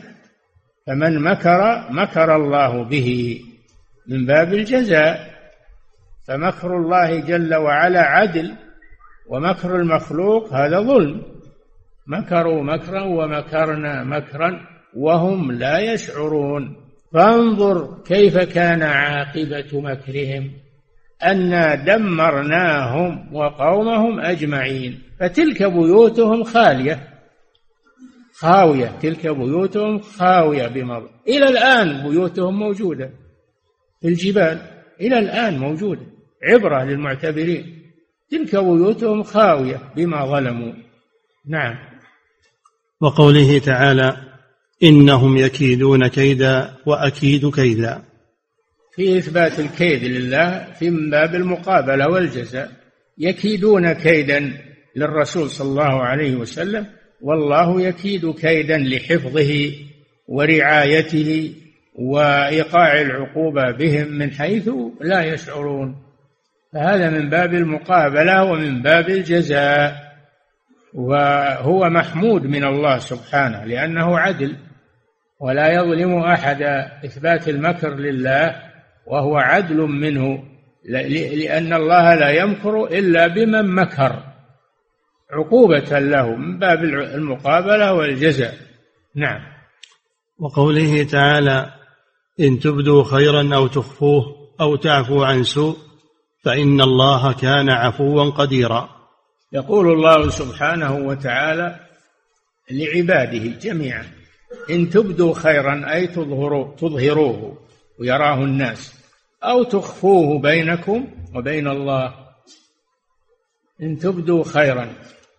فمن مكر مكر الله به من باب الجزاء. فمكر الله جل وعلا عدل، ومكر المخلوق هذا ظلم. مكروا مكرا ومكرنا مكرا وهم لا يشعرون. فانظر كيف كان عاقبة مكرهم أنا دمرناهم وقومهم أجمعين. فتلك بيوتهم خالية خاوية، تلك بيوتهم خاوية بمضى. إلى الآن بيوتهم موجودة في الجبال، إلى الآن موجودة، عبرة للمعتبرين. تلك بيوتهم خاوية بما ظلموا. نعم. وقوله تعالى إنهم يكيدون كيدا وأكيد كيدا، في إثبات الكيد لله في باب المقابلة والجزاء. يكيدون كيدا للرسول صلى الله عليه وسلم، والله يكيد كيدا لحفظه ورعايته وإيقاع العقوبة بهم من حيث لا يشعرون. فهذا من باب المقابلة ومن باب الجزاء، وهو محمود من الله سبحانه لأنه عدل ولا يظلم أحد. إثبات المكر لله وهو عدل منه، لأن الله لا يمكر إلا بمن مكر عقوبة له، من باب المقابلة والجزاء. نعم. وقوله تعالى إن تبدوا خيرا أو تخفوه أو تعفو عن سوء فإن الله كان عفوا قديرا. يقول الله سبحانه وتعالى لعباده جميعا إن تبدوا خيرا أي تظهروا تظهروه ويراه الناس، أو تخفوه بينكم وبين الله. إن تبدوا خيرا،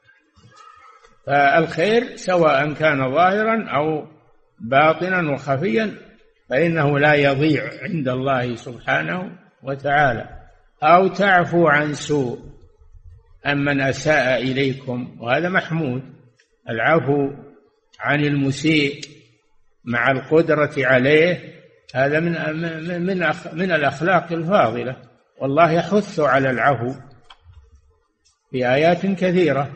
فالخير سواء كان ظاهرا أو باطنا وخفيا فإنه لا يضيع عند الله سبحانه وتعالى. أو تعفو عن سوء أمن أساء إليكم، وهذا محمود. العفو عن المسيء مع القدرة عليه هذا من من من الأخلاق الفاضلة، والله يحث على العفو في آيات كثيرة.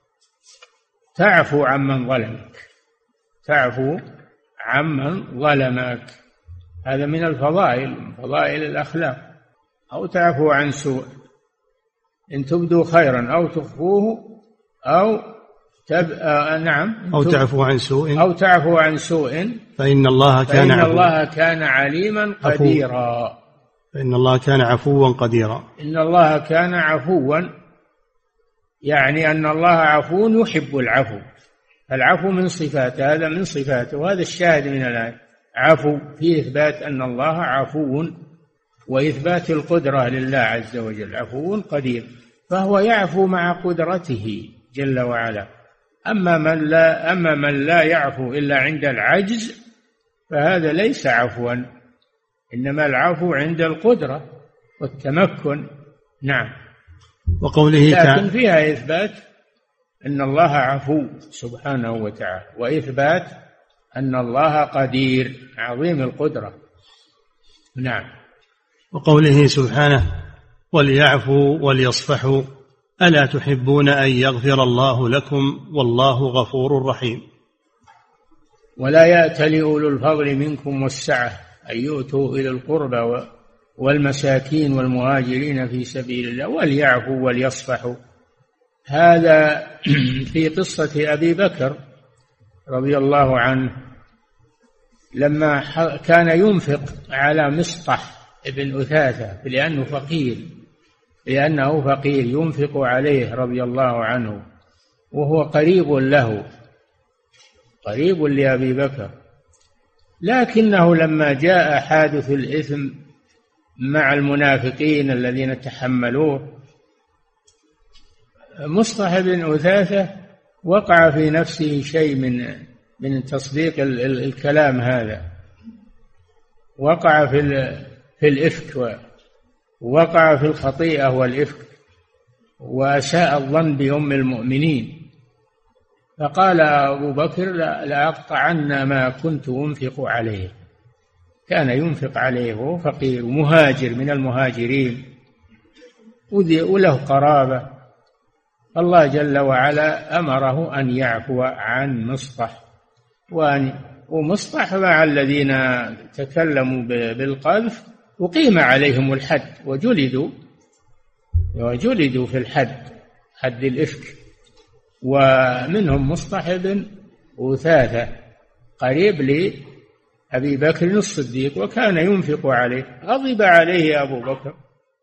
تعفو عمن ظلمك، تعفو عمن ظلمك، هذا من الفضائل، من فضائل الأخلاق. أو تعفو عن سوء إن تبدوا خيرا أو تخفوه أو تب... آه نعم أو تعفو عن سوء أو تعفو عن سوء فإن الله كان فإن عفو الله كان عليما قديرا. فإن الله كان عفوا قديرا. إن الله كان عفوا يعني أن الله عفو يحب العفو. العفو من صفاته، هذا من صفاته، وهذا الشاهد من الآية. عفو في إثبات أن الله عفو وإثبات القدرة لله عز وجل. عفو قدير، فهو يعفو مع قدرته جل وعلا. أما من لا أما من لا يعفو إلا عند العجز فهذا ليس عفوا، إنما العفو عند القدرة والتمكن. نعم. وقوله لكن فيها إثبات أن الله عفو سبحانه وتعالى، وإثبات أن الله قدير عظيم القدرة. نعم. وقوله سبحانه وليعفوا وليصفحوا ألا تحبون أن يغفر الله لكم والله غفور رحيم. ولا يأتل أولو الفضل منكم والسعة أن يؤتوا إلى القربى والمساكين والمهاجرين في سبيل الله وليعفوا وليصفحوا. هذا في قصة أبي بكر رضي الله عنه لما كان ينفق على مصطح ابن أثاثة لأنه فقير لأنه فقير ينفق عليه رضي الله عنه، وهو قريب له قريب لأبي بكر. لكنه لما جاء حادث الإثم مع المنافقين الذين تحملوه، مصطح بن أثاثة وقع في نفسه شيء من من تصديق الكلام هذا، وقع في في الإفك، وقع في الخطيئة والإفك، وأساء الظن بأم المؤمنين. فقال أبو بكر لأقطعن ما كنت أنفق عليه. كان ينفق عليه وهو فقير مهاجر من المهاجرين وله قرابة. الله جل وعلا أمره أن يعفو عن مصطح، وأن ومصطح مع الذين تكلموا بالقذف وقيم عليهم الحد وجلدوا وجلدوا في الحد، حد الإفك. ومنهم مصطح بن أثاثة قريب لأبي بكر الصديق، وكان ينفق عليه، غضب عليه أبو بكر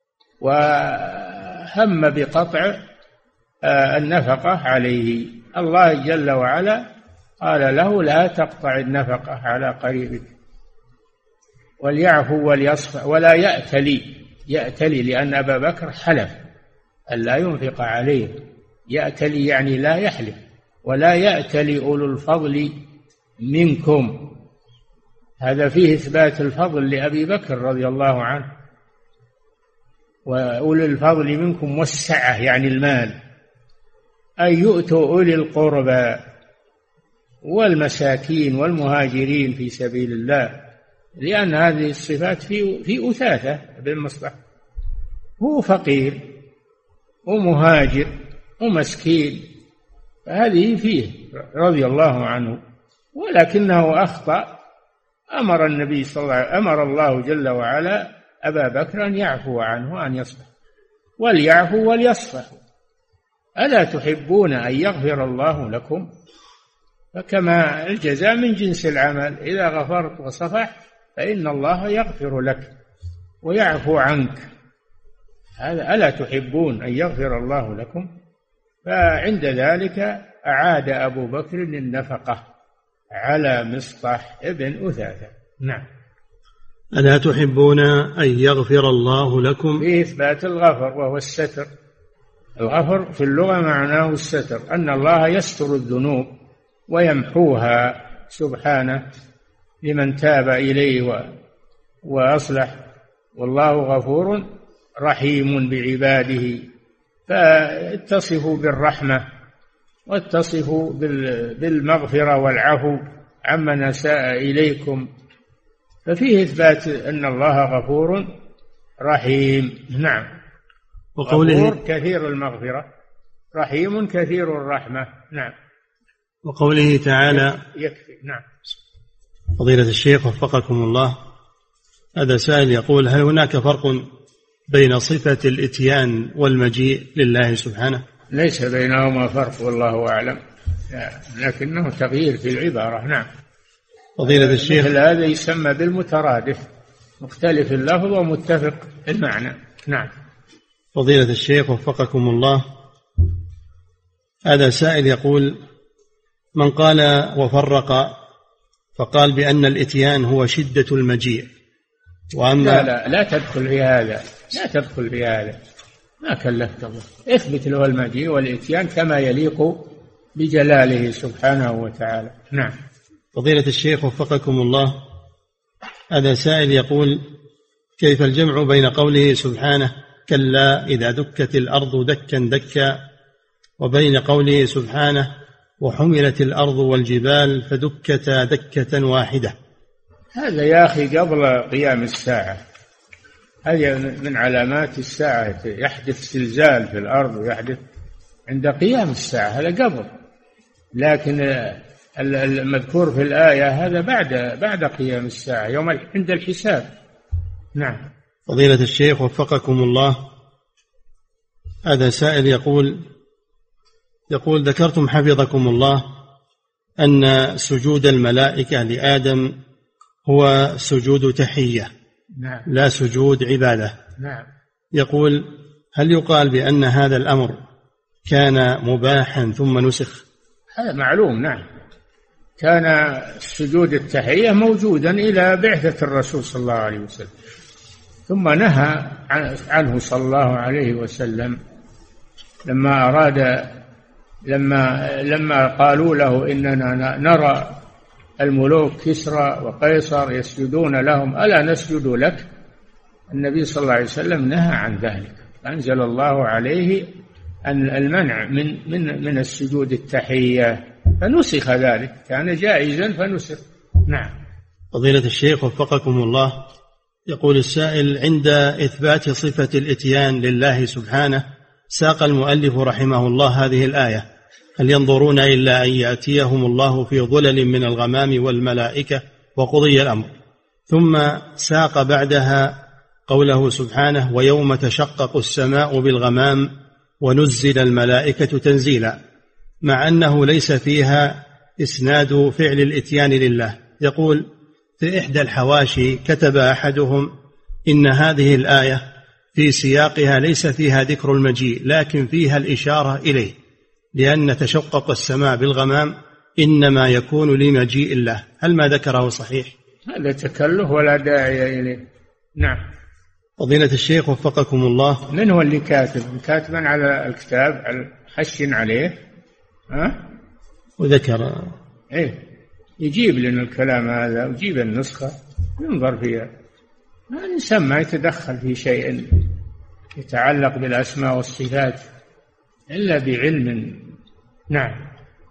وهم بقطع النفقة عليه. الله جل وعلا قال له: لا تقطع النفقة على قريبك، وليعفو وليصفح ولا يأتلي. يأتلي لأن أبا بكر حلف أن لا ينفق عليه. يأتلي يعني لا يحلف. ولا يأتلي أولو الفضل منكم، هذا فيه إثبات الفضل لأبي بكر رضي الله عنه. وأولي الفضل منكم والسعة يعني المال، أن يؤتوا أولي القربى والمساكين والمهاجرين في سبيل الله، لأن هذه الصفات في في أثاثة بن مصطح، هو فقير ومهاجر ومسكين، فهذه فيه رضي الله عنه. ولكنه أخطأ، أمر النبي صلى الله عليه وسلم أمر الله جل وعلا أبا بكر أن يعفو عنه وأن يصفح، وليعفو وليصفحوا. ألا تحبون أن يغفر الله لكم؟ فكما الجزاء من جنس العمل، إذا غفرت وصفحت فإن الله يغفر لك ويعفو عنك. هذا ألا تحبون أن يغفر الله لكم؟ فعند ذلك أعاد أبو بكر النفقة على مصطح ابن أثاثة. نعم. ألا تحبون أن يغفر الله لكم؟ في إثبات الغفر وهو الستر. الغفر في اللغة معناه الستر، أن الله يستر الذنوب ويمحوها سبحانه لمن تاب إليه وأصلح، والله غفور رحيم بعباده. فاتصفوا بالرحمة واتصفوا بالمغفرة والعفو عمن أساء إليكم، ففيه إثبات أن الله غفور رحيم. نعم. وقوله غفور كثير المغفرة، رحيم كثير الرحمة. نعم. وقوله تعالى يكفي. نعم. فضيلة الشيخ وفقكم الله، هذا سائل يقول: هل هناك فرق بين صفة الإتيان والمجيء لله سبحانه؟ ليس بينهما فرق والله أعلم، لكنه تغيير في العبارة. نعم. فضيلة الشيخ، مثل هذا يسمى بالمترادف، مختلف اللفظ ومتفق المعنى. نعم. فضيلة الشيخ وفقكم الله، هذا سائل يقول: من قال وفرق فقال بأن الإتيان هو شدة المجيء، وأما لا لا لا تدخل في هذا، لا تدخل في هذا، ما كلفت الله. اثبت له المجيء والإتيان كما يليق بجلاله سبحانه وتعالى. نعم. فضيلة الشيخ وفقكم الله، هذا سائل يقول: كيف الجمع بين قوله سبحانه كلا إذا دكت الأرض دكا دكا، وبين قوله سبحانه وحملت الأرض والجبال فدكتا دكة واحدة؟ هذا يا أخي قبل قيام الساعة، هذه من علامات الساعة، يحدث زلزال في الأرض ويحدث عند قيام الساعة، هذا قبل. لكن المذكور في الآية هذا بعد بعد قيام الساعة، يوم عند الحساب. نعم. فضيلة الشيخ وفقكم الله، هذا سائل يقول يقول ذكرتم حفظكم الله أن سجود الملائكة لآدم هو سجود تحية، نعم، لا سجود عبادة. نعم. يقول: هل يقال بأن هذا الأمر كان مباحا ثم نسخ؟ هذا معلوم. نعم، كان سجود التحية موجودا إلى بعثة الرسول صلى الله عليه وسلم، ثم نهى عنه صلى الله عليه وسلم لما أراد لما لما قالوا له إننا نرى الملوك كسرى وقيصر يسجدون لهم ألا نسجد لك. النبي صلى الله عليه وسلم نهى عن ذلك، أنزل الله عليه أن المنع من من من السجود التحية، فنسخ ذلك، كان جائزا فنسخ. نعم. فضيلة الشيخ وفقكم الله، يقول السائل: عند إثبات صفة الإتيان لله سبحانه ساق المؤلف رحمه الله هذه الآية: هل ينظرون إلا أن يأتيهم الله في ظلل من الغمام والملائكة وقضي الأمر، ثم ساق بعدها قوله سبحانه ويوم تشقق السماء بالغمام ونزل الملائكة تنزيلا، مع أنه ليس فيها إسناد فعل الإتيان لله. يقول في إحدى الحواشي كتب أحدهم إن هذه الآية في سياقها ليس فيها ذكر المجيء لكن فيها الإشارة إليه، لأن تشقق السماء بالغمام إنما يكون لمجيء الله. هل ما ذكره صحيح؟ هذا تكلف ولا داعي إليه. نعم. فضيلة الشيخ وفقكم الله، من هو اللي كاتب؟ كاتبا على الكتاب حش عليه ها؟ وذكر إيه يجيب لنا الكلام هذا ويجيب النسخة ينظر فيها. ما الإنسان ما يتدخل في شيء يتعلق بالأسماء والصفات إلا بعلم. نعم.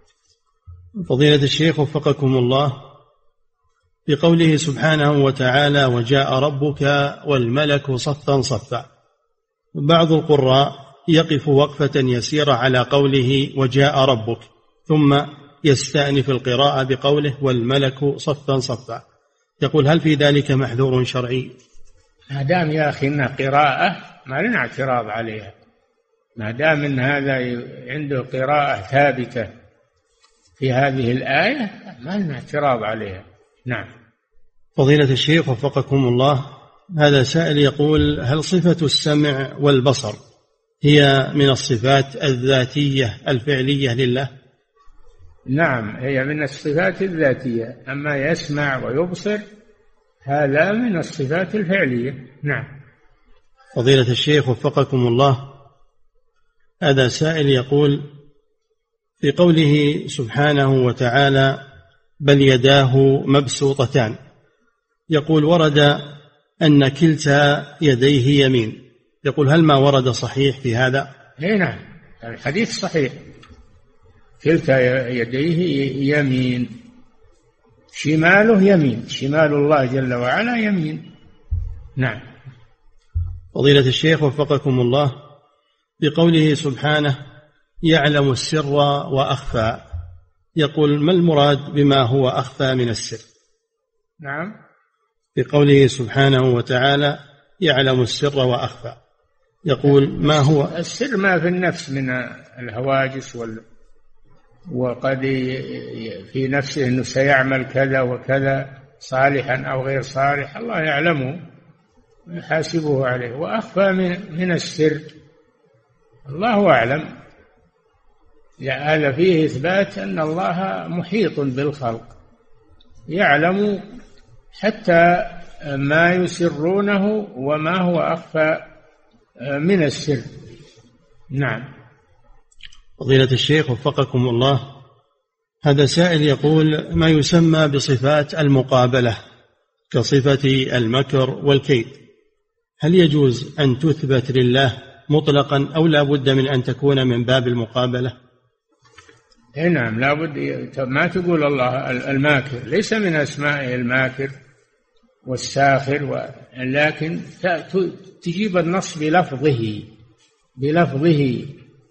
فضيلة الشيخ وفقكم الله، بقوله سبحانه وتعالى وجاء ربك والملك صفا صفا، بعض القراء يقف وقفة يسيرة على قوله وجاء ربك ثم يستأنف القراءة بقوله والملك صفا صفا، يقول هل في ذلك محذور شرعي؟ ما دام يا أخي إنها قراءة ما لنا اعتراض عليها، ما دام إن هذا عنده قراءة ثابتة في هذه الآية ما لنا اعتراض عليها. نعم. فضيلة الشيخ وفقكم الله، هذا سائل يقول هل صفة السمع والبصر هي من الصفات الذاتية الفعلية لله؟ نعم هي من الصفات الذاتية، أما يسمع ويبصر هذا من الصفات الفعلية. نعم. فضيلة الشيخ وفقكم الله، هذا سائل يقول في قوله سبحانه وتعالى بل يداه مبسوطتان، يقول ورد أن كلتا يديه يمين، يقول هل ما ورد صحيح في هذا؟ نعم الحديث صحيح، كلتا يديه يمين، شماله يمين، شمال الله جل وعلا يمين. نعم. فضيلة الشيخ وفقكم الله، بقوله سبحانه يعلم السر وأخفى، يقول ما المراد بما هو أخفى من السر؟ نعم. بقوله سبحانه وتعالى يعلم السر وأخفى، يقول ما هو السر؟ ما في النفس من الهواجس وال وقد في نفسه أنه سيعمل كذا وكذا صالحا أو غير صالح، الله يعلمه ويحاسبه عليه. وأخفى من, من السر الله أعلم، هذا فيه إثبات أن الله محيط بالخلق، يعلم حتى ما يسرونه وما هو أخفى من السر. نعم. فضيلة الشيخ وفقكم الله، هذا سائل يقول ما يسمى بصفات المقابلة كصفة المكر والكيد، هل يجوز أن تثبت لله مطلقا أو لا بد من أن تكون من باب المقابلة؟ نعم لا بد، ما تقول الله الماكر، ليس من أسمائه الماكر والساخر، لكن تجيب النص بلفظه بلفظه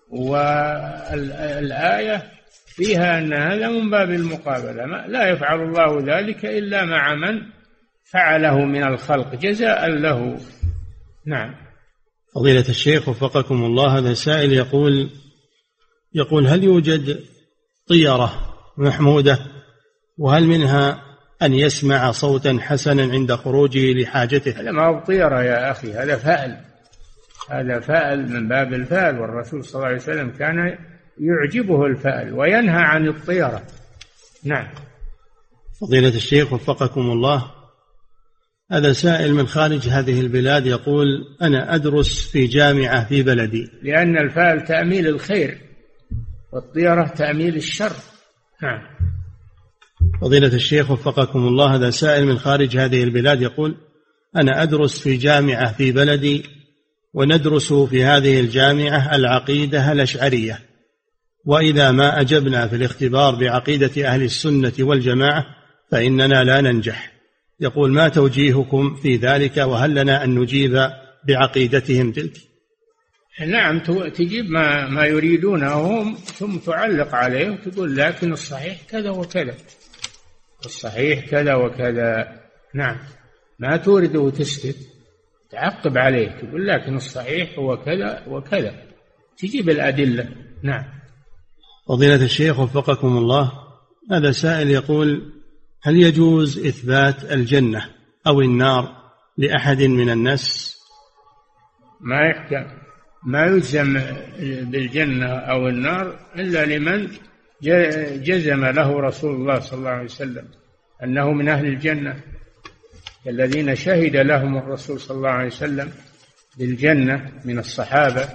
والآية فيها أن هذا من باب المقابلة، لا يفعل الله ذلك إلا مع من فعله من الخلق جزاء له. نعم. فضيلة الشيخ وفقكم الله، هذا سائل يقول يقول هل يوجد طيرة محمودة، وهل منها أن يسمع صوتا حسنا عند خروجه لحاجته؟ هذا ما هو طيرة يا أخي، هذا فأل، هذا فأل من باب الفأل، والرسول صلى الله عليه وسلم كان يعجبه الفأل وينهى عن الطيرة. نعم. فضيلة الشيخ وفقكم الله، هذا سائل من خارج هذه البلاد يقول أنا أدرس في جامعة في بلدي. لأن الفأل تأميل الخير والطيرة تأميل الشر. نعم. فضيلة الشيخ وفقكم الله، هذا سائل من خارج هذه البلاد يقول أنا أدرس في جامعة في بلدي، وندرس في هذه الجامعة العقيدة الأشعرية، وإذا ما أجبنا في الاختبار بعقيدة أهل السنة والجماعة فإننا لا ننجح. يقول ما توجيهكم في ذلك، وهل لنا أن نجيب بعقيدتهم تلك؟ نعم تجيب ما, ما يريدونه هم، ثم تعلق عليه وتقول لكن الصحيح كذا وكذا، الصحيح كذا وكذا. نعم. ما تورد وتسكت. تعقب عليه تقول لكن الصحيح هو كذا وكذا، تجيب الأدلة. نعم. فضيلة الشيخ وفقكم الله، هذا سائل يقول: هل يجوز إثبات الجنة أو النار لأحد من الناس؟ ما يحكم ما يجزم بالجنة أو النار إلا لمن جزم له رسول الله صلى الله عليه وسلم أنه من أهل الجنة، الذين شهد لهم الرسول صلى الله عليه وسلم بالجنة من الصحابة.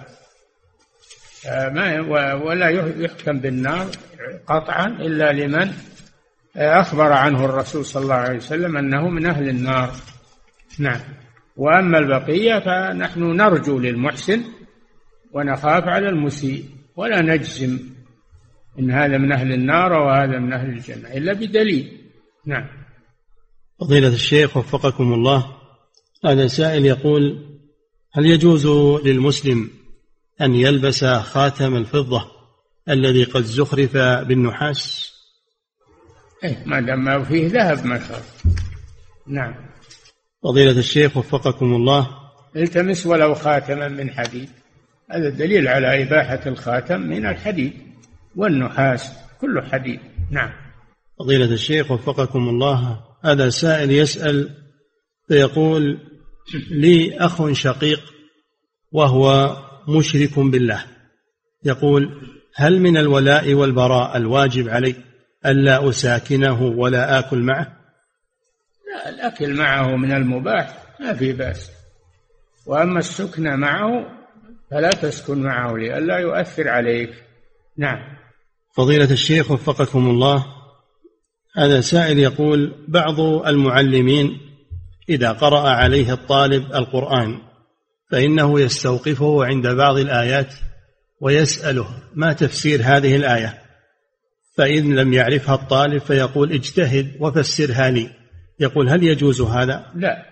ما ولا يحكم بالنار قطعا إلا لمن أخبر عنه الرسول صلى الله عليه وسلم أنه من أهل النار. نعم. وأما البقية فنحن نرجو للمحسن ونخاف على المسيء، ولا نجزم إن هذا من أهل النار وهذا من أهل الجنة إلا بدليل. نعم. فضيلة الشيخ وفقكم الله، هذا سائل يقول: هل يجوز للمسلم أن يلبس خاتم الفضة الذي قد زخرف بالنحاس؟ إيه، ما دام ما فيه ذهب ما خاف. نعم. فضيلة الشيخ وفقكم الله، التمس ولو خاتما من حديد، هذا دليل على إباحة الخاتم من الحديد والنحاس كله حديد. نعم. فضيلة الشيخ وفقكم الله، هذا سائل يسأل فيقول: لي أخ شقيق وهو مشرك بالله، يقول: هل من الولاء والبراء الواجب علي ألا أساكنه ولا آكل معه؟ لا، الأكل معه من المباح ما في بأس، وأما السكن معه فلا تسكن معه لئلا يؤثر عليك. نعم. فضيلة الشيخ وفقكم الله، هذا سائل يقول: بعض المعلمين إذا قرأ عليه الطالب القرآن فإنه يستوقفه عند بعض الآيات ويسأله ما تفسير هذه الآية، فإن لم يعرفها الطالب فيقول: اجتهد وفسرها لي. يقول: هل يجوز هذا؟ لا،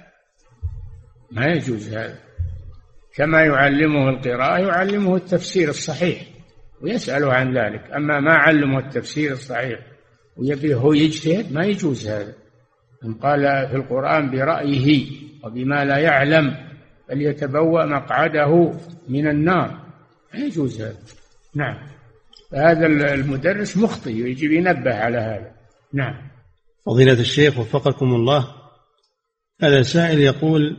ما يجوز هذا. كما يعلمه القراءة يعلمه التفسير الصحيح ويسأله عن ذلك، أما ما علمه التفسير الصحيح ويبيه هو يجتهد ما يجوز هذا. من قال في القرآن برأيه وبما لا يعلم فليتبوأ مقعده من النار، ما يجوز هذا. نعم. فهذا المدرس مخطئ يجب ينبه على هذا. نعم. فضيلة الشيخ وفقكم الله، هذا سائل يقول: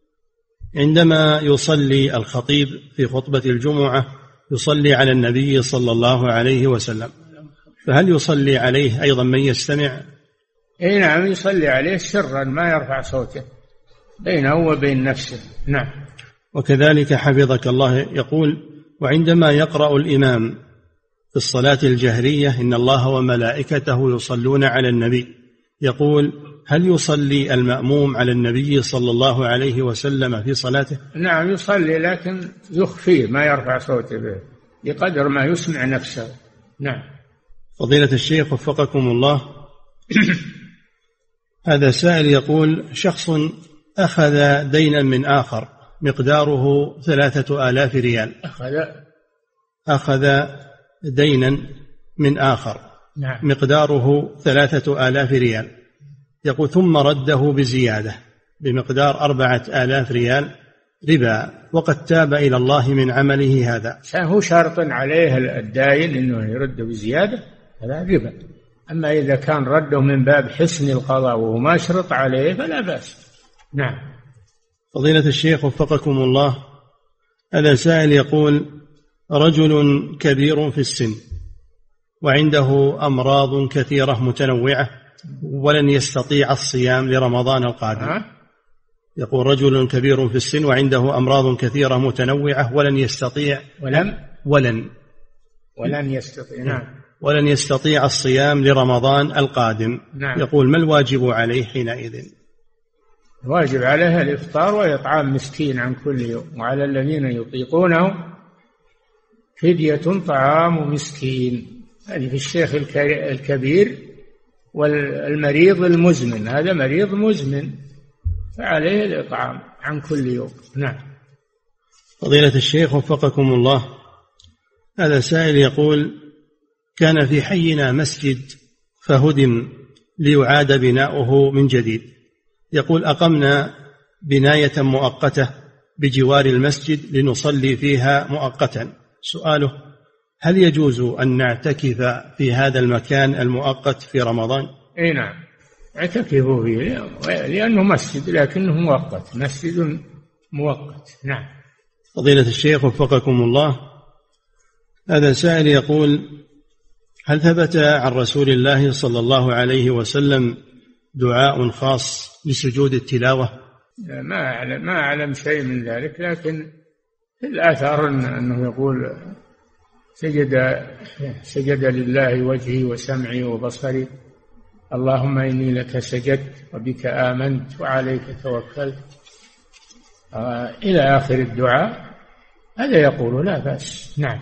عندما يصلي الخطيب في خطبة الجمعة يصلي على النبي صلى الله عليه وسلم، فهل يصلي عليه أيضا من يستمع؟ اي نعم، يصلي عليه سرا ما يرفع صوته بينه وبين نفسه. نعم. وكذلك حفظك الله يقول: وعندما يقرأ الإمام في الصلاة الجهرية إن الله وملائكته يصلون على النبي، يقول: هل يصلي المأموم على النبي صلى الله عليه وسلم في صلاته؟ نعم يصلي، لكن يخفيه ما يرفع صوته به بقدر ما يسمع نفسه. نعم. فضيلة الشيخ وفقكم الله، هذا سائل يقول: شخص أخذ دينا من آخر مقداره ثلاثة آلاف ريال، أخذ أخذ دينا من آخر نعم. مقداره ثلاثة آلاف ريال، يقول: ثم رده بزيادة بمقدار أربعة آلاف ريال ربا، وقد تاب إلى الله من عمله هذا. هو شرط عليه الداين أنه يرد بزيادة، هذا ربا. أما إذا كان رده من باب حسن القضاء وهو ما شرط عليه فلا بأس. نعم. فضيلة الشيخ وفقكم الله، هذا سائل يقول: رجل كبير في السن وعنده أمراض كثيرة متنوعة ولن يستطيع الصيام لرمضان القادم. ها؟ يقول: رجل كبير في السن وعنده أمراض كثيرة متنوعة ولن يستطيع ولم ولن ولن يستطيع نعم ولن يستطيع الصيام لرمضان القادم. نعم. يقول: ما الواجب عليه حينئذ؟ واجب عليه الإفطار وإطعام مسكين عن كل يوم، وعلى الذين يطيقونه فدية طعام مسكين. هذه في الشيخ الكبير والمريض المزمن، هذا مريض مزمن فعليه الإطعام عن كل يوم. نعم. فضيلة الشيخ وفقكم الله، هذا سائل يقول: كان في حينا مسجد فهدم ليعاد بناؤه من جديد، يقول: أقمنا بناية مؤقتة بجوار المسجد لنصلي فيها مؤقتا. سؤاله: هل يجوز أن نعتكف في هذا المكان المؤقت في رمضان؟ اي نعم، اعتكفوا فيه لأنه مسجد لكنه مؤقت، مسجد مؤقت. نعم. فضيلة الشيخ وفقكم الله، هذا سائل يقول: هل ثبت عن رسول الله صلى الله عليه وسلم دعاء خاص لسجود التلاوة؟ ما أعلم ما أعلم شيء من ذلك، لكن في الآثار أنه يقول: سجد سجد لله وجهي وسمعي وبصري، اللهم إني لك سجدت وبك آمنت وعليك توكلت، آه إلى آخر الدعاء. هذا يقول لا بأس. نعم.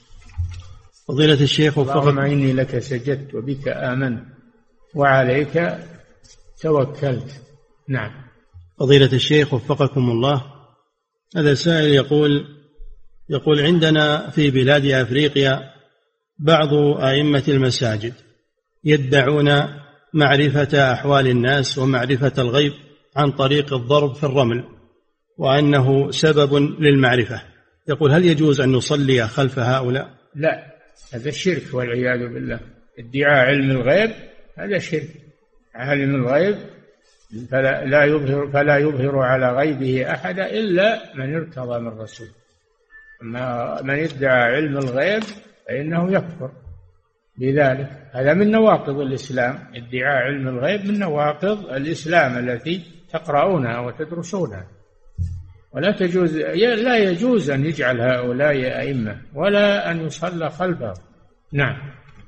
فضيلة الشيخ اللهم إني لك سجدت وبك آمنت وعليك توكلت. نعم. فضيلة الشيخ وفقكم الله، هذا سائل يقول يقول عندنا في بلاد أفريقيا بعض أئمة المساجد يدعون معرفة أحوال الناس ومعرفة الغيب عن طريق الضرب في الرمل، وأنه سبب للمعرفة. يقول: هل يجوز أن نصلي خلف هؤلاء؟ لا، هذا الشرك والعياذ بالله. ادعاء علم الغيب هذا شرك. عالم الغيب فلا لا يظهر فلا يظهر على غيبه أحد إلا من ارتضى من رسول. أما من ادعى علم الغيب فإنه يكفر بذلك. هذا من نواقض الإسلام. ادعاء علم الغيب من نواقض الإسلام التي تقرؤونها وتدرسونها، ولا تجوز لا يجوز أن يجعل هؤلاء أئمة ولا أن يصلى خلفهم. نعم.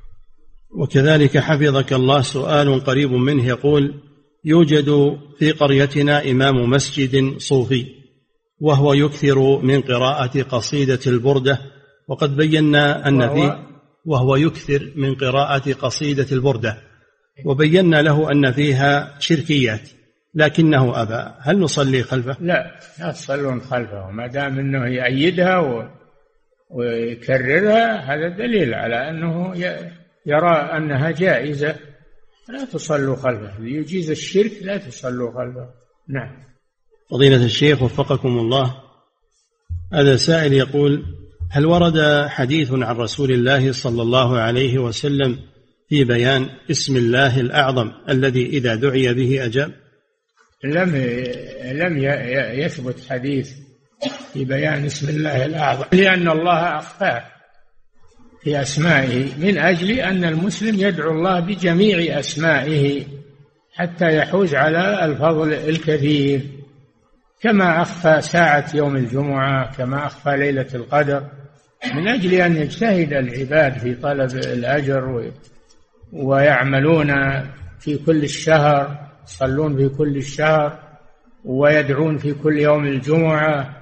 وكذلك حفظك الله سؤال قريب منه يقول: يوجد في قريتنا إمام مسجد صوفي، وهو يكثر من قراءة قصيدة البردة، وقد بينا أن فيه وهو يكثر من قراءة قصيدة البردة، وبينا له أن فيها شركيات، لكنه أبى. هل نصلي خلفه؟ لا، لا تصلون خلفه ما دام أنه يأيدها ويكررها. هذا دليل على أنه يرى أنها جائزة. لا تصلوا خلفه، ليجيز الشرك لا تصلوا خلفه. نعم. فضيلة الشيخ وفقكم الله، هذا سائل يقول: هل ورد حديث عن رسول الله صلى الله عليه وسلم في بيان اسم الله الأعظم الذي إذا دعي به أجاب؟ لم لم يثبت حديث في بيان اسم الله الأعظم، لأن الله أخفاه في أسمائه من أجل أن المسلم يدعو الله بجميع أسمائه حتى يحوز على الفضل الكثير، كما أخفى ساعة يوم الجمعة، كما أخفى ليلة القدر، من أجل أن يجتهد العباد في طلب الأجر ويعملون في كل الشهر، يصلون في كل الشهر ويدعون في كل يوم الجمعة.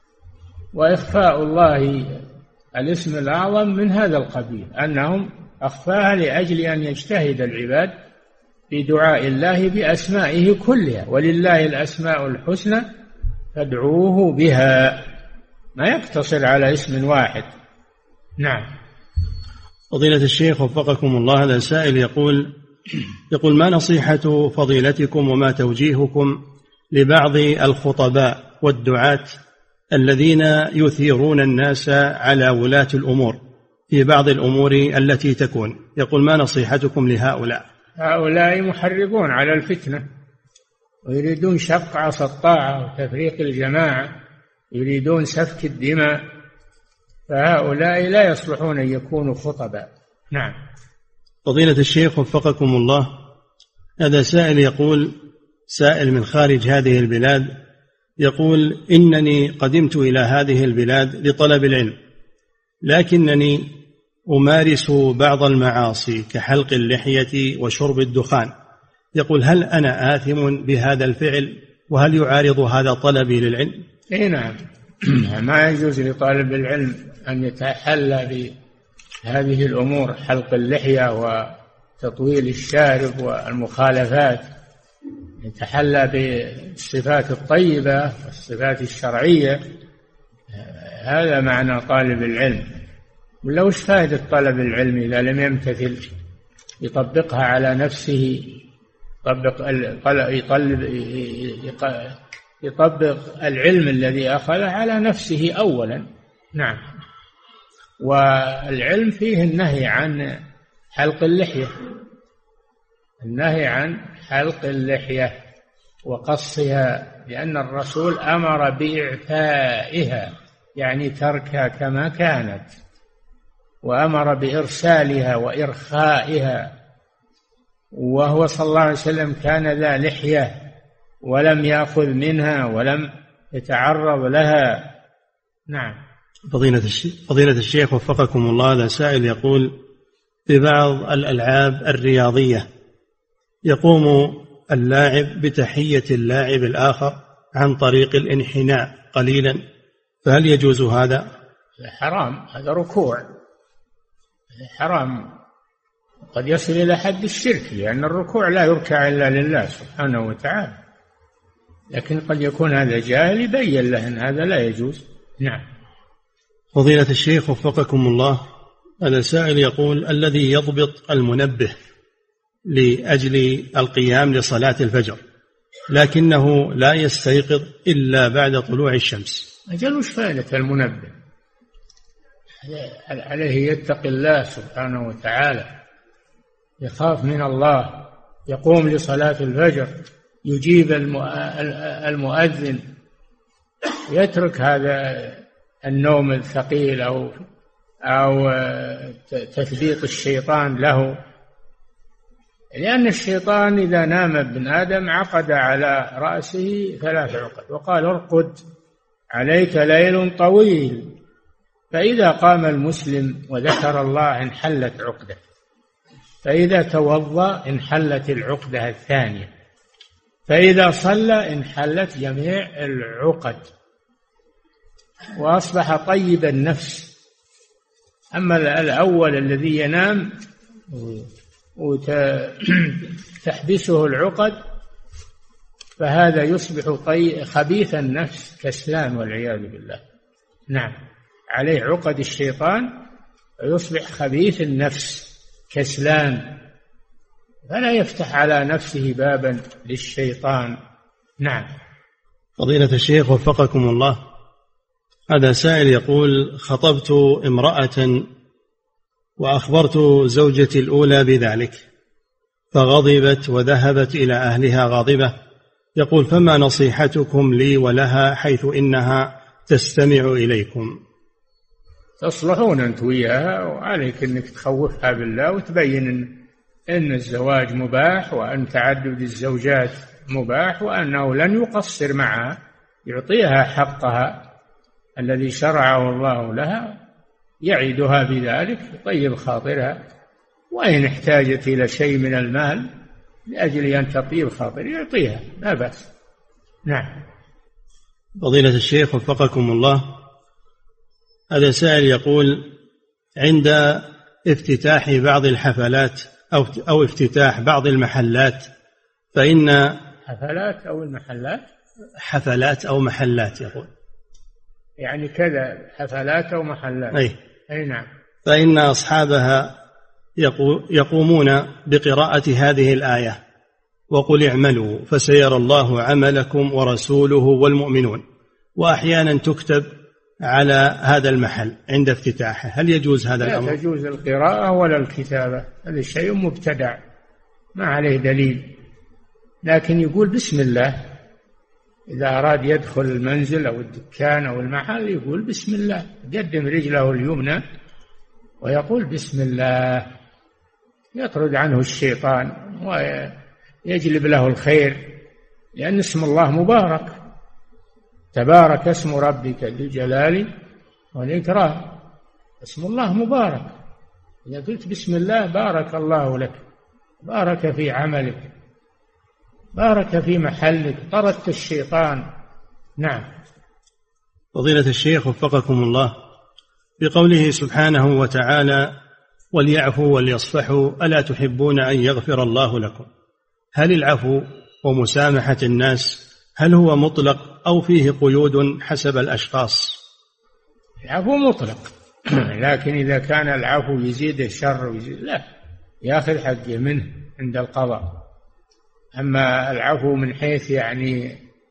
وإخفاء الله الاسم الأعظم من هذا القبيل، أنهم أخفاها لأجل أن يجتهد العباد في دعاء الله بأسمائه كلها، ولله الأسماء الحسنى فادعوه بها، ما يقتصر على اسم واحد. نعم. فضيلة الشيخ وفقكم الله، هذا سائل يقول يقول ما نصيحة فضيلتكم وما توجيهكم لبعض الخطباء والدعاة الذين يثيرون الناس على ولاة الأمور في بعض الأمور التي تكون؟ يقول: ما نصيحتكم لهؤلاء؟ هؤلاء محرضون على الفتنة ويريدون شق عصا الطاعة وتفريق الجماعة، يريدون سفك الدماء، فهؤلاء لا يصلحون أن يكونوا خطباء. نعم. فضيلة الشيخ وفقكم الله، هذا سائل يقول سائل من خارج هذه البلاد يقول: إنني قدمت إلى هذه البلاد لطلب العلم، لكنني أمارس بعض المعاصي كحلق اللحية وشرب الدخان. يقول: هل أنا آثم بهذا الفعل؟ وهل يعارض هذا طلبي للعلم؟ إيه نعم. ما يجوز لطالب العلم أن يتحلى بهذه الأمور، حلق اللحية وتطويل الشارب والمخالفات، يتحلى بالصفات الطيبة والصفات الشرعية. هذا معنى طالب العلم. ولا وش فائدة طلب العلم إذا لم يمتثل يطبقها على نفسه، يطبق يطلب يطبق العلم الذي أخذه على نفسه أولا. نعم. والعلم فيه النهي عن حلق اللحية، النهي عن حلق اللحية وقصها، لأن الرسول أمر بإعفائها يعني تركها كما كانت، وأمر بإرسالها وإرخائها، وهو صلى الله عليه وسلم كان ذا لحية ولم يأخذ منها ولم يتعرض لها. نعم. فضيلة الشيخ, فضيلة الشيخ وفقكم الله، هذا سائل يقول: في بعض الألعاب الرياضية يقوم اللاعب بتحية اللاعب الآخر عن طريق الانحناء قليلا، فهل يجوز هذا؟ حرام، هذا ركوع حرام، قد يصل إلى حد الشرك، لأن الركوع لا يركع إلا لله سبحانه وتعالى، لكن قد يكون هذا جاهل يبين له أن هذا لا يجوز. نعم. فضيلة الشيخ وفقكم الله، هذا سائل يقول: الذي يضبط المنبه لأجل القيام لصلاة الفجر لكنه لا يستيقظ إلا بعد طلوع الشمس، أجل وش فائدة المنبه؟ عليه يتقي الله سبحانه وتعالى، يخاف من الله، يقوم لصلاة الفجر، يجيب المؤذن، يترك هذا النوم الثقيل أو أو تثبيط الشيطان له، لأن الشيطان إذا نام ابن آدم عقد على رأسه ثلاث عقد وقال: ارقد عليك ليل طويل. فإذا قام المسلم وذكر الله انحلت عقده، فإذا توضأ انحلت العقدة الثانية، فإذا صلى انحلت جميع العقد وأصبح طيب النفس. أما الأول الذي ينام وتحبسه العقد فهذا يصبح خبيث النفس كسلان والعياذ بالله. نعم، عليه عقد الشيطان ويصبح خبيث النفس كسلان، فلا يفتح على نفسه بابا للشيطان. نعم. فضيلة الشيخ وفقكم الله، هذا سائل يقول: خطبت امرأة وأخبرت زوجتي الأولى بذلك فغضبت وذهبت إلى أهلها غاضبة، يقول: فما نصيحتكم لي ولها حيث إنها تستمع إليكم؟ تصلحون أنت وياها، وعليك أنك تخوفها بالله وتبين إن, إن الزواج مباح وأن تعدد الزوجات مباح وأنه لن يقصر معها، يعطيها حقها الذي شرعه الله لها، يعيدها بذلك، يطيب خاطرها، وإن احتاجت إلى شيء من المال لأجل أن تطيب خاطر يعطيها، لا بأس. نعم. فضيلة الشيخ وفقكم الله، هذا سائل يقول: عند افتتاح بعض الحفلات أو أو افتتاح بعض المحلات فإن حفلات أو المحلات حفلات أو محلات يقول يعني كذا حفلات أو محلات. أي. أي نعم. فإن أصحابها يقومون بقراءة هذه الآية: وقل اعملوا فسيرى الله عملكم ورسوله والمؤمنون، وأحيانا تكتب على هذا المحل عند افتتاحه، هل يجوز هذا الأمر؟ لا تجوز القراءة ولا الكتابة، هذا شيء مبتدع ما عليه دليل، لكن يقول بسم الله إذا أراد يدخل المنزل أو الدكان أو المحل، يقول بسم الله، يقدم رجله اليمنى ويقول بسم الله، يطرد عنه الشيطان ويجلب له الخير، لأن اسم الله مبارك، تبارك اسم ربك ذي الجلال والإكرام، اسم الله مبارك، إذا قلت بسم الله بارك الله لك، بارك في عملك، بارك في محلك، طردت الشيطان. نعم. فضيلة الشيخ وفقكم الله، بقوله سبحانه وتعالى: وليعفوا وليصفحوا ألا تحبون أن يغفر الله لكم، هل العفو ومسامحة الناس هل هو مطلق أو فيه قيود حسب الأشخاص؟ العفو مطلق، لكن إذا كان العفو يزيد الشر ويزيد لا، يأخذ حقه منه عند القضاء. أما العفو من حيث يعني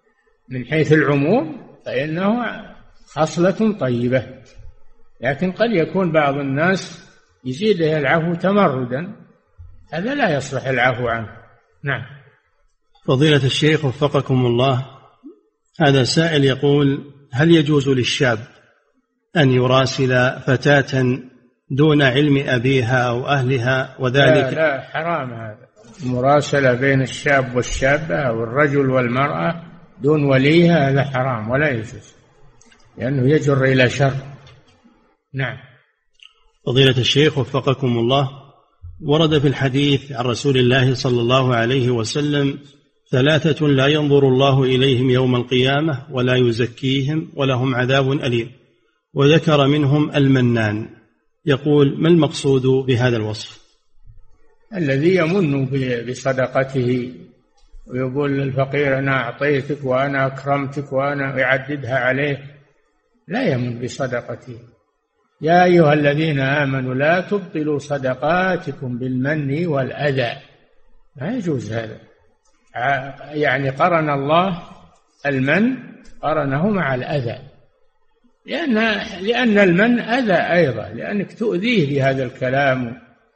من حيث العموم فإنه خصلة طيبة، لكن قد يكون بعض الناس يزيده العفو تمردا، هذا لا يصلح العفو عنه. نعم. فضيلة الشيخ وفقكم الله، هذا سائل يقول: هل يجوز للشاب أن يراسل فتاة دون علم أبيها أو أهلها وذلك؟ لا, لا حرام هذا، المراسلة بين الشاب والشابة أو الرجل والمرأة دون وليها هذا حرام ولا يجوز، لأنه يجر إلى شر. نعم. فضيلة الشيخ وفقكم الله، ورد في الحديث عن رسول الله صلى الله عليه وسلم: ثلاثة لا ينظر الله إليهم يوم القيامة ولا يزكيهم ولهم عذاب أليم، وذكر منهم المنان. يقول: ما المقصود بهذا الوصف؟ الذي يمن بصدقته ويقول للفقير أنا أعطيتك وأنا أكرمتك وأنا أعددها عليه، لا يمن بصدقته. يا أيها الذين آمنوا لا تبطلوا صدقاتكم بالمن والأذى، ما يجوز هذا. يعني قرن الله المن قرنه مع الأذى، لأن لأن المن أذى أيضا، لأنك تؤذيه بهذا الكلام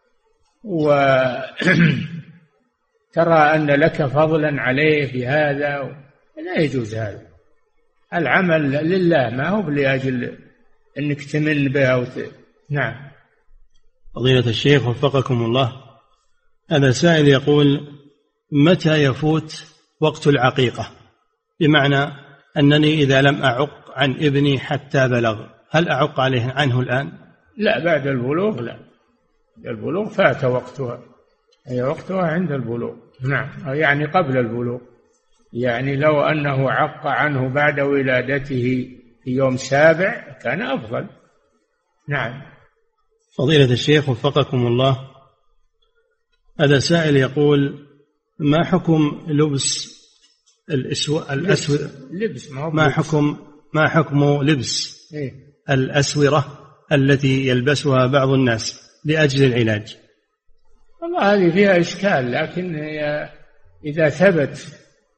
وترى أن لك فضلا عليه بهذا، لا يجوز هذا. العمل لله ما هو لأجل أنك تمن بها وت... نعم. فضيلة الشيخ وفقكم الله، هذا سائل يقول: متى يفوت وقت العقيقة؟ بمعنى أنني إذا لم أعق عن ابني حتى بلغ، هل أعق عليه عنه الآن؟ لا، بعد البلوغ لا، البلوغ فات وقتها، أي وقتها عند البلوغ. نعم، يعني قبل البلوغ، يعني لو أنه عق عنه بعد ولادته في يوم سابع كان أفضل. نعم. فضيلة الشيخ وفقكم الله، هذا سائل يقول: ما حكم لبس الأسو... الأسو... لبس ما, ما حكم ما حكم لبس إيه؟ الأسورة التي يلبسها بعض الناس لأجل العلاج؟ والله هذه فيها إشكال، لكن هي إذا ثبت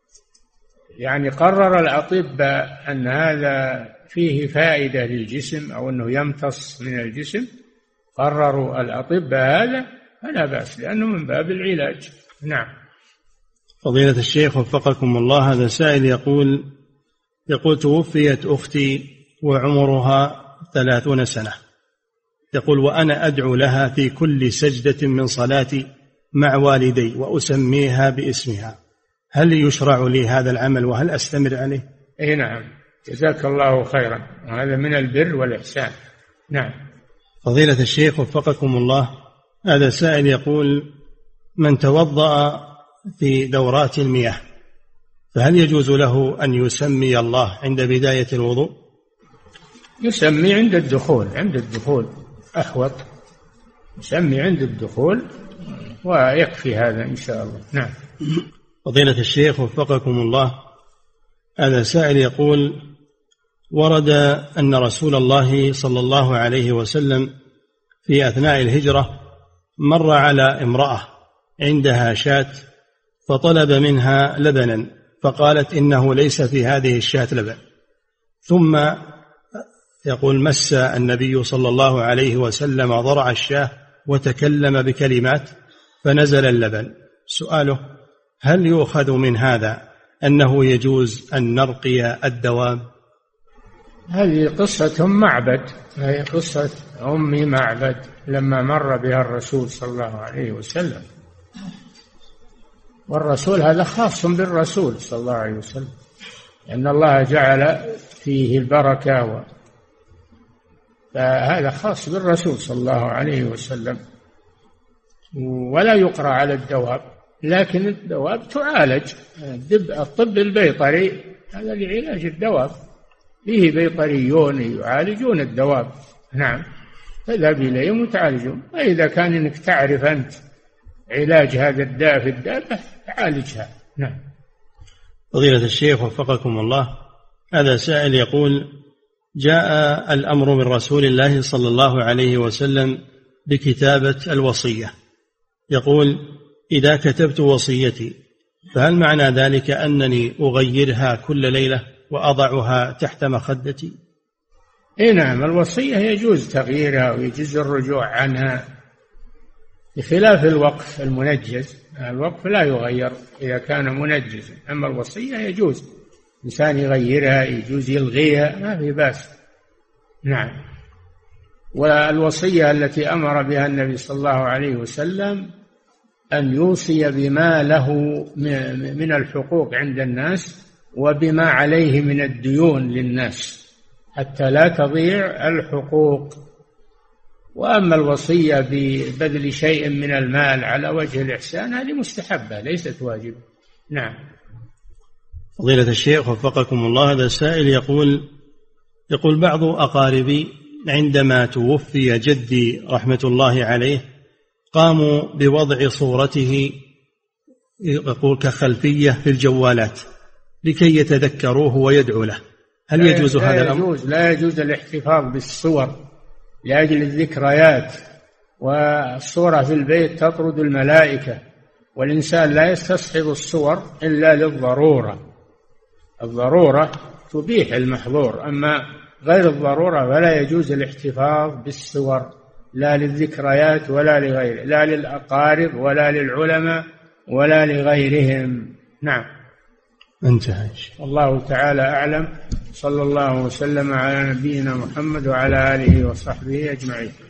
يعني قرر الأطباء أن هذا فيه فائدة للجسم أو أنه يمتص من الجسم، قرروا الأطباء هذا فلا بأس، لأنه من باب العلاج. نعم. فضيلة الشيخ وفقكم الله، هذا سائل يقول يقول توفيت أختي وعمرها ثلاثون سنة، يقول: وأنا أدعو لها في كل سجدة من صلاتي مع والدي وأسميها باسمها، هل يشرع لي هذا العمل وهل أستمر عليه؟ إيه نعم، جزاك الله خيرا، وهذا من البر والإحسان. نعم. فضيلة الشيخ وفقكم الله، هذا سائل يقول: من توضأ في دورات المياه فهل يجوز له أن يسمي الله عند بداية الوضوء؟ يسمي عند الدخول، عند الدخول أحوط، يسمي عند الدخول ويكفي هذا إن شاء الله. نعم. فضيلة الشيخ وفقكم الله، هذا سائل يقول: ورد أن رسول الله صلى الله عليه وسلم في أثناء الهجرة مر على امرأة عندها شاة فطلب منها لبنا، فقالت: إنه ليس في هذه الشاة لبن. ثم يقول: مس النبي صلى الله عليه وسلم ضرع الشاة وتكلم بكلمات فنزل اللبن. سؤاله: هل يؤخذ من هذا أنه يجوز أن نرقي الدواب؟ هذه قصة معبد، هذه قصة أم معبد لما مر بها الرسول صلى الله عليه وسلم، والرسول هذا خاص بالرسول صلى الله عليه وسلم، لأن الله جعل فيه البركة و... فهذا خاص بالرسول صلى الله عليه وسلم، ولا يقرأ على الدواب، لكن الدواب تعالج. الطب البيطري هذا لعلاج الدواب، فيه بيطريون يعالجون الدواب. نعم، تذهب إليهم وتعالجون، وإذا كان إنك تعرف أنت علاج هذا الداء في الدابة تعالجها. نعم. فضيلة الشيخ وفقكم الله، هذا سائل يقول: جاء الأمر من رسول الله صلى الله عليه وسلم بكتابة الوصية، يقول: إذا كتبت وصيتي فهل معنى ذلك أنني أغيرها كل ليلة وأضعها تحت مخدتي؟ إيه نعم، الوصية يجوز تغييرها ويجوز الرجوع عنها، بخلاف الوقف المنجز. الوقف لا يغير إذا كان منجزا، أما الوصية يجوز إنسان يغيرها، يجوز يلغيها، ما في بأس. نعم. والوصية التي أمر بها النبي صلى الله عليه وسلم أن يوصي بما له من الحقوق عند الناس وبما عليه من الديون للناس حتى لا تضيع الحقوق. وأما الوصية ببذل شيء من المال على وجه الإحسان هذه مستحبة ليست واجبة. نعم. فضيلة الشيخ وفقكم الله، هذا السائل يقول يقول بعض أقاربي عندما توفي جدي رحمة الله عليه قاموا بوضع صورته يقول كخلفية في الجوالات لكي يتذكروه ويدعوا له، هل يجوز هذا الأمر؟ يجوز لا يجوز الاحتفاظ بالصور لأجل الذكريات، والصورة في البيت تطرد الملائكة، والإنسان لا يستصحب الصور إلا للضرورة. الضرورة تبيح المحظور، أما غير الضرورة فلا يجوز الاحتفاظ بالصور، لا للذكريات ولا لغيره، لا للأقارب ولا للعلماء ولا لغيرهم. نعم. انتهى. الله تعالى أعلم. صلى الله وسلم على نبينا محمد وعلى آله وصحبه أجمعين.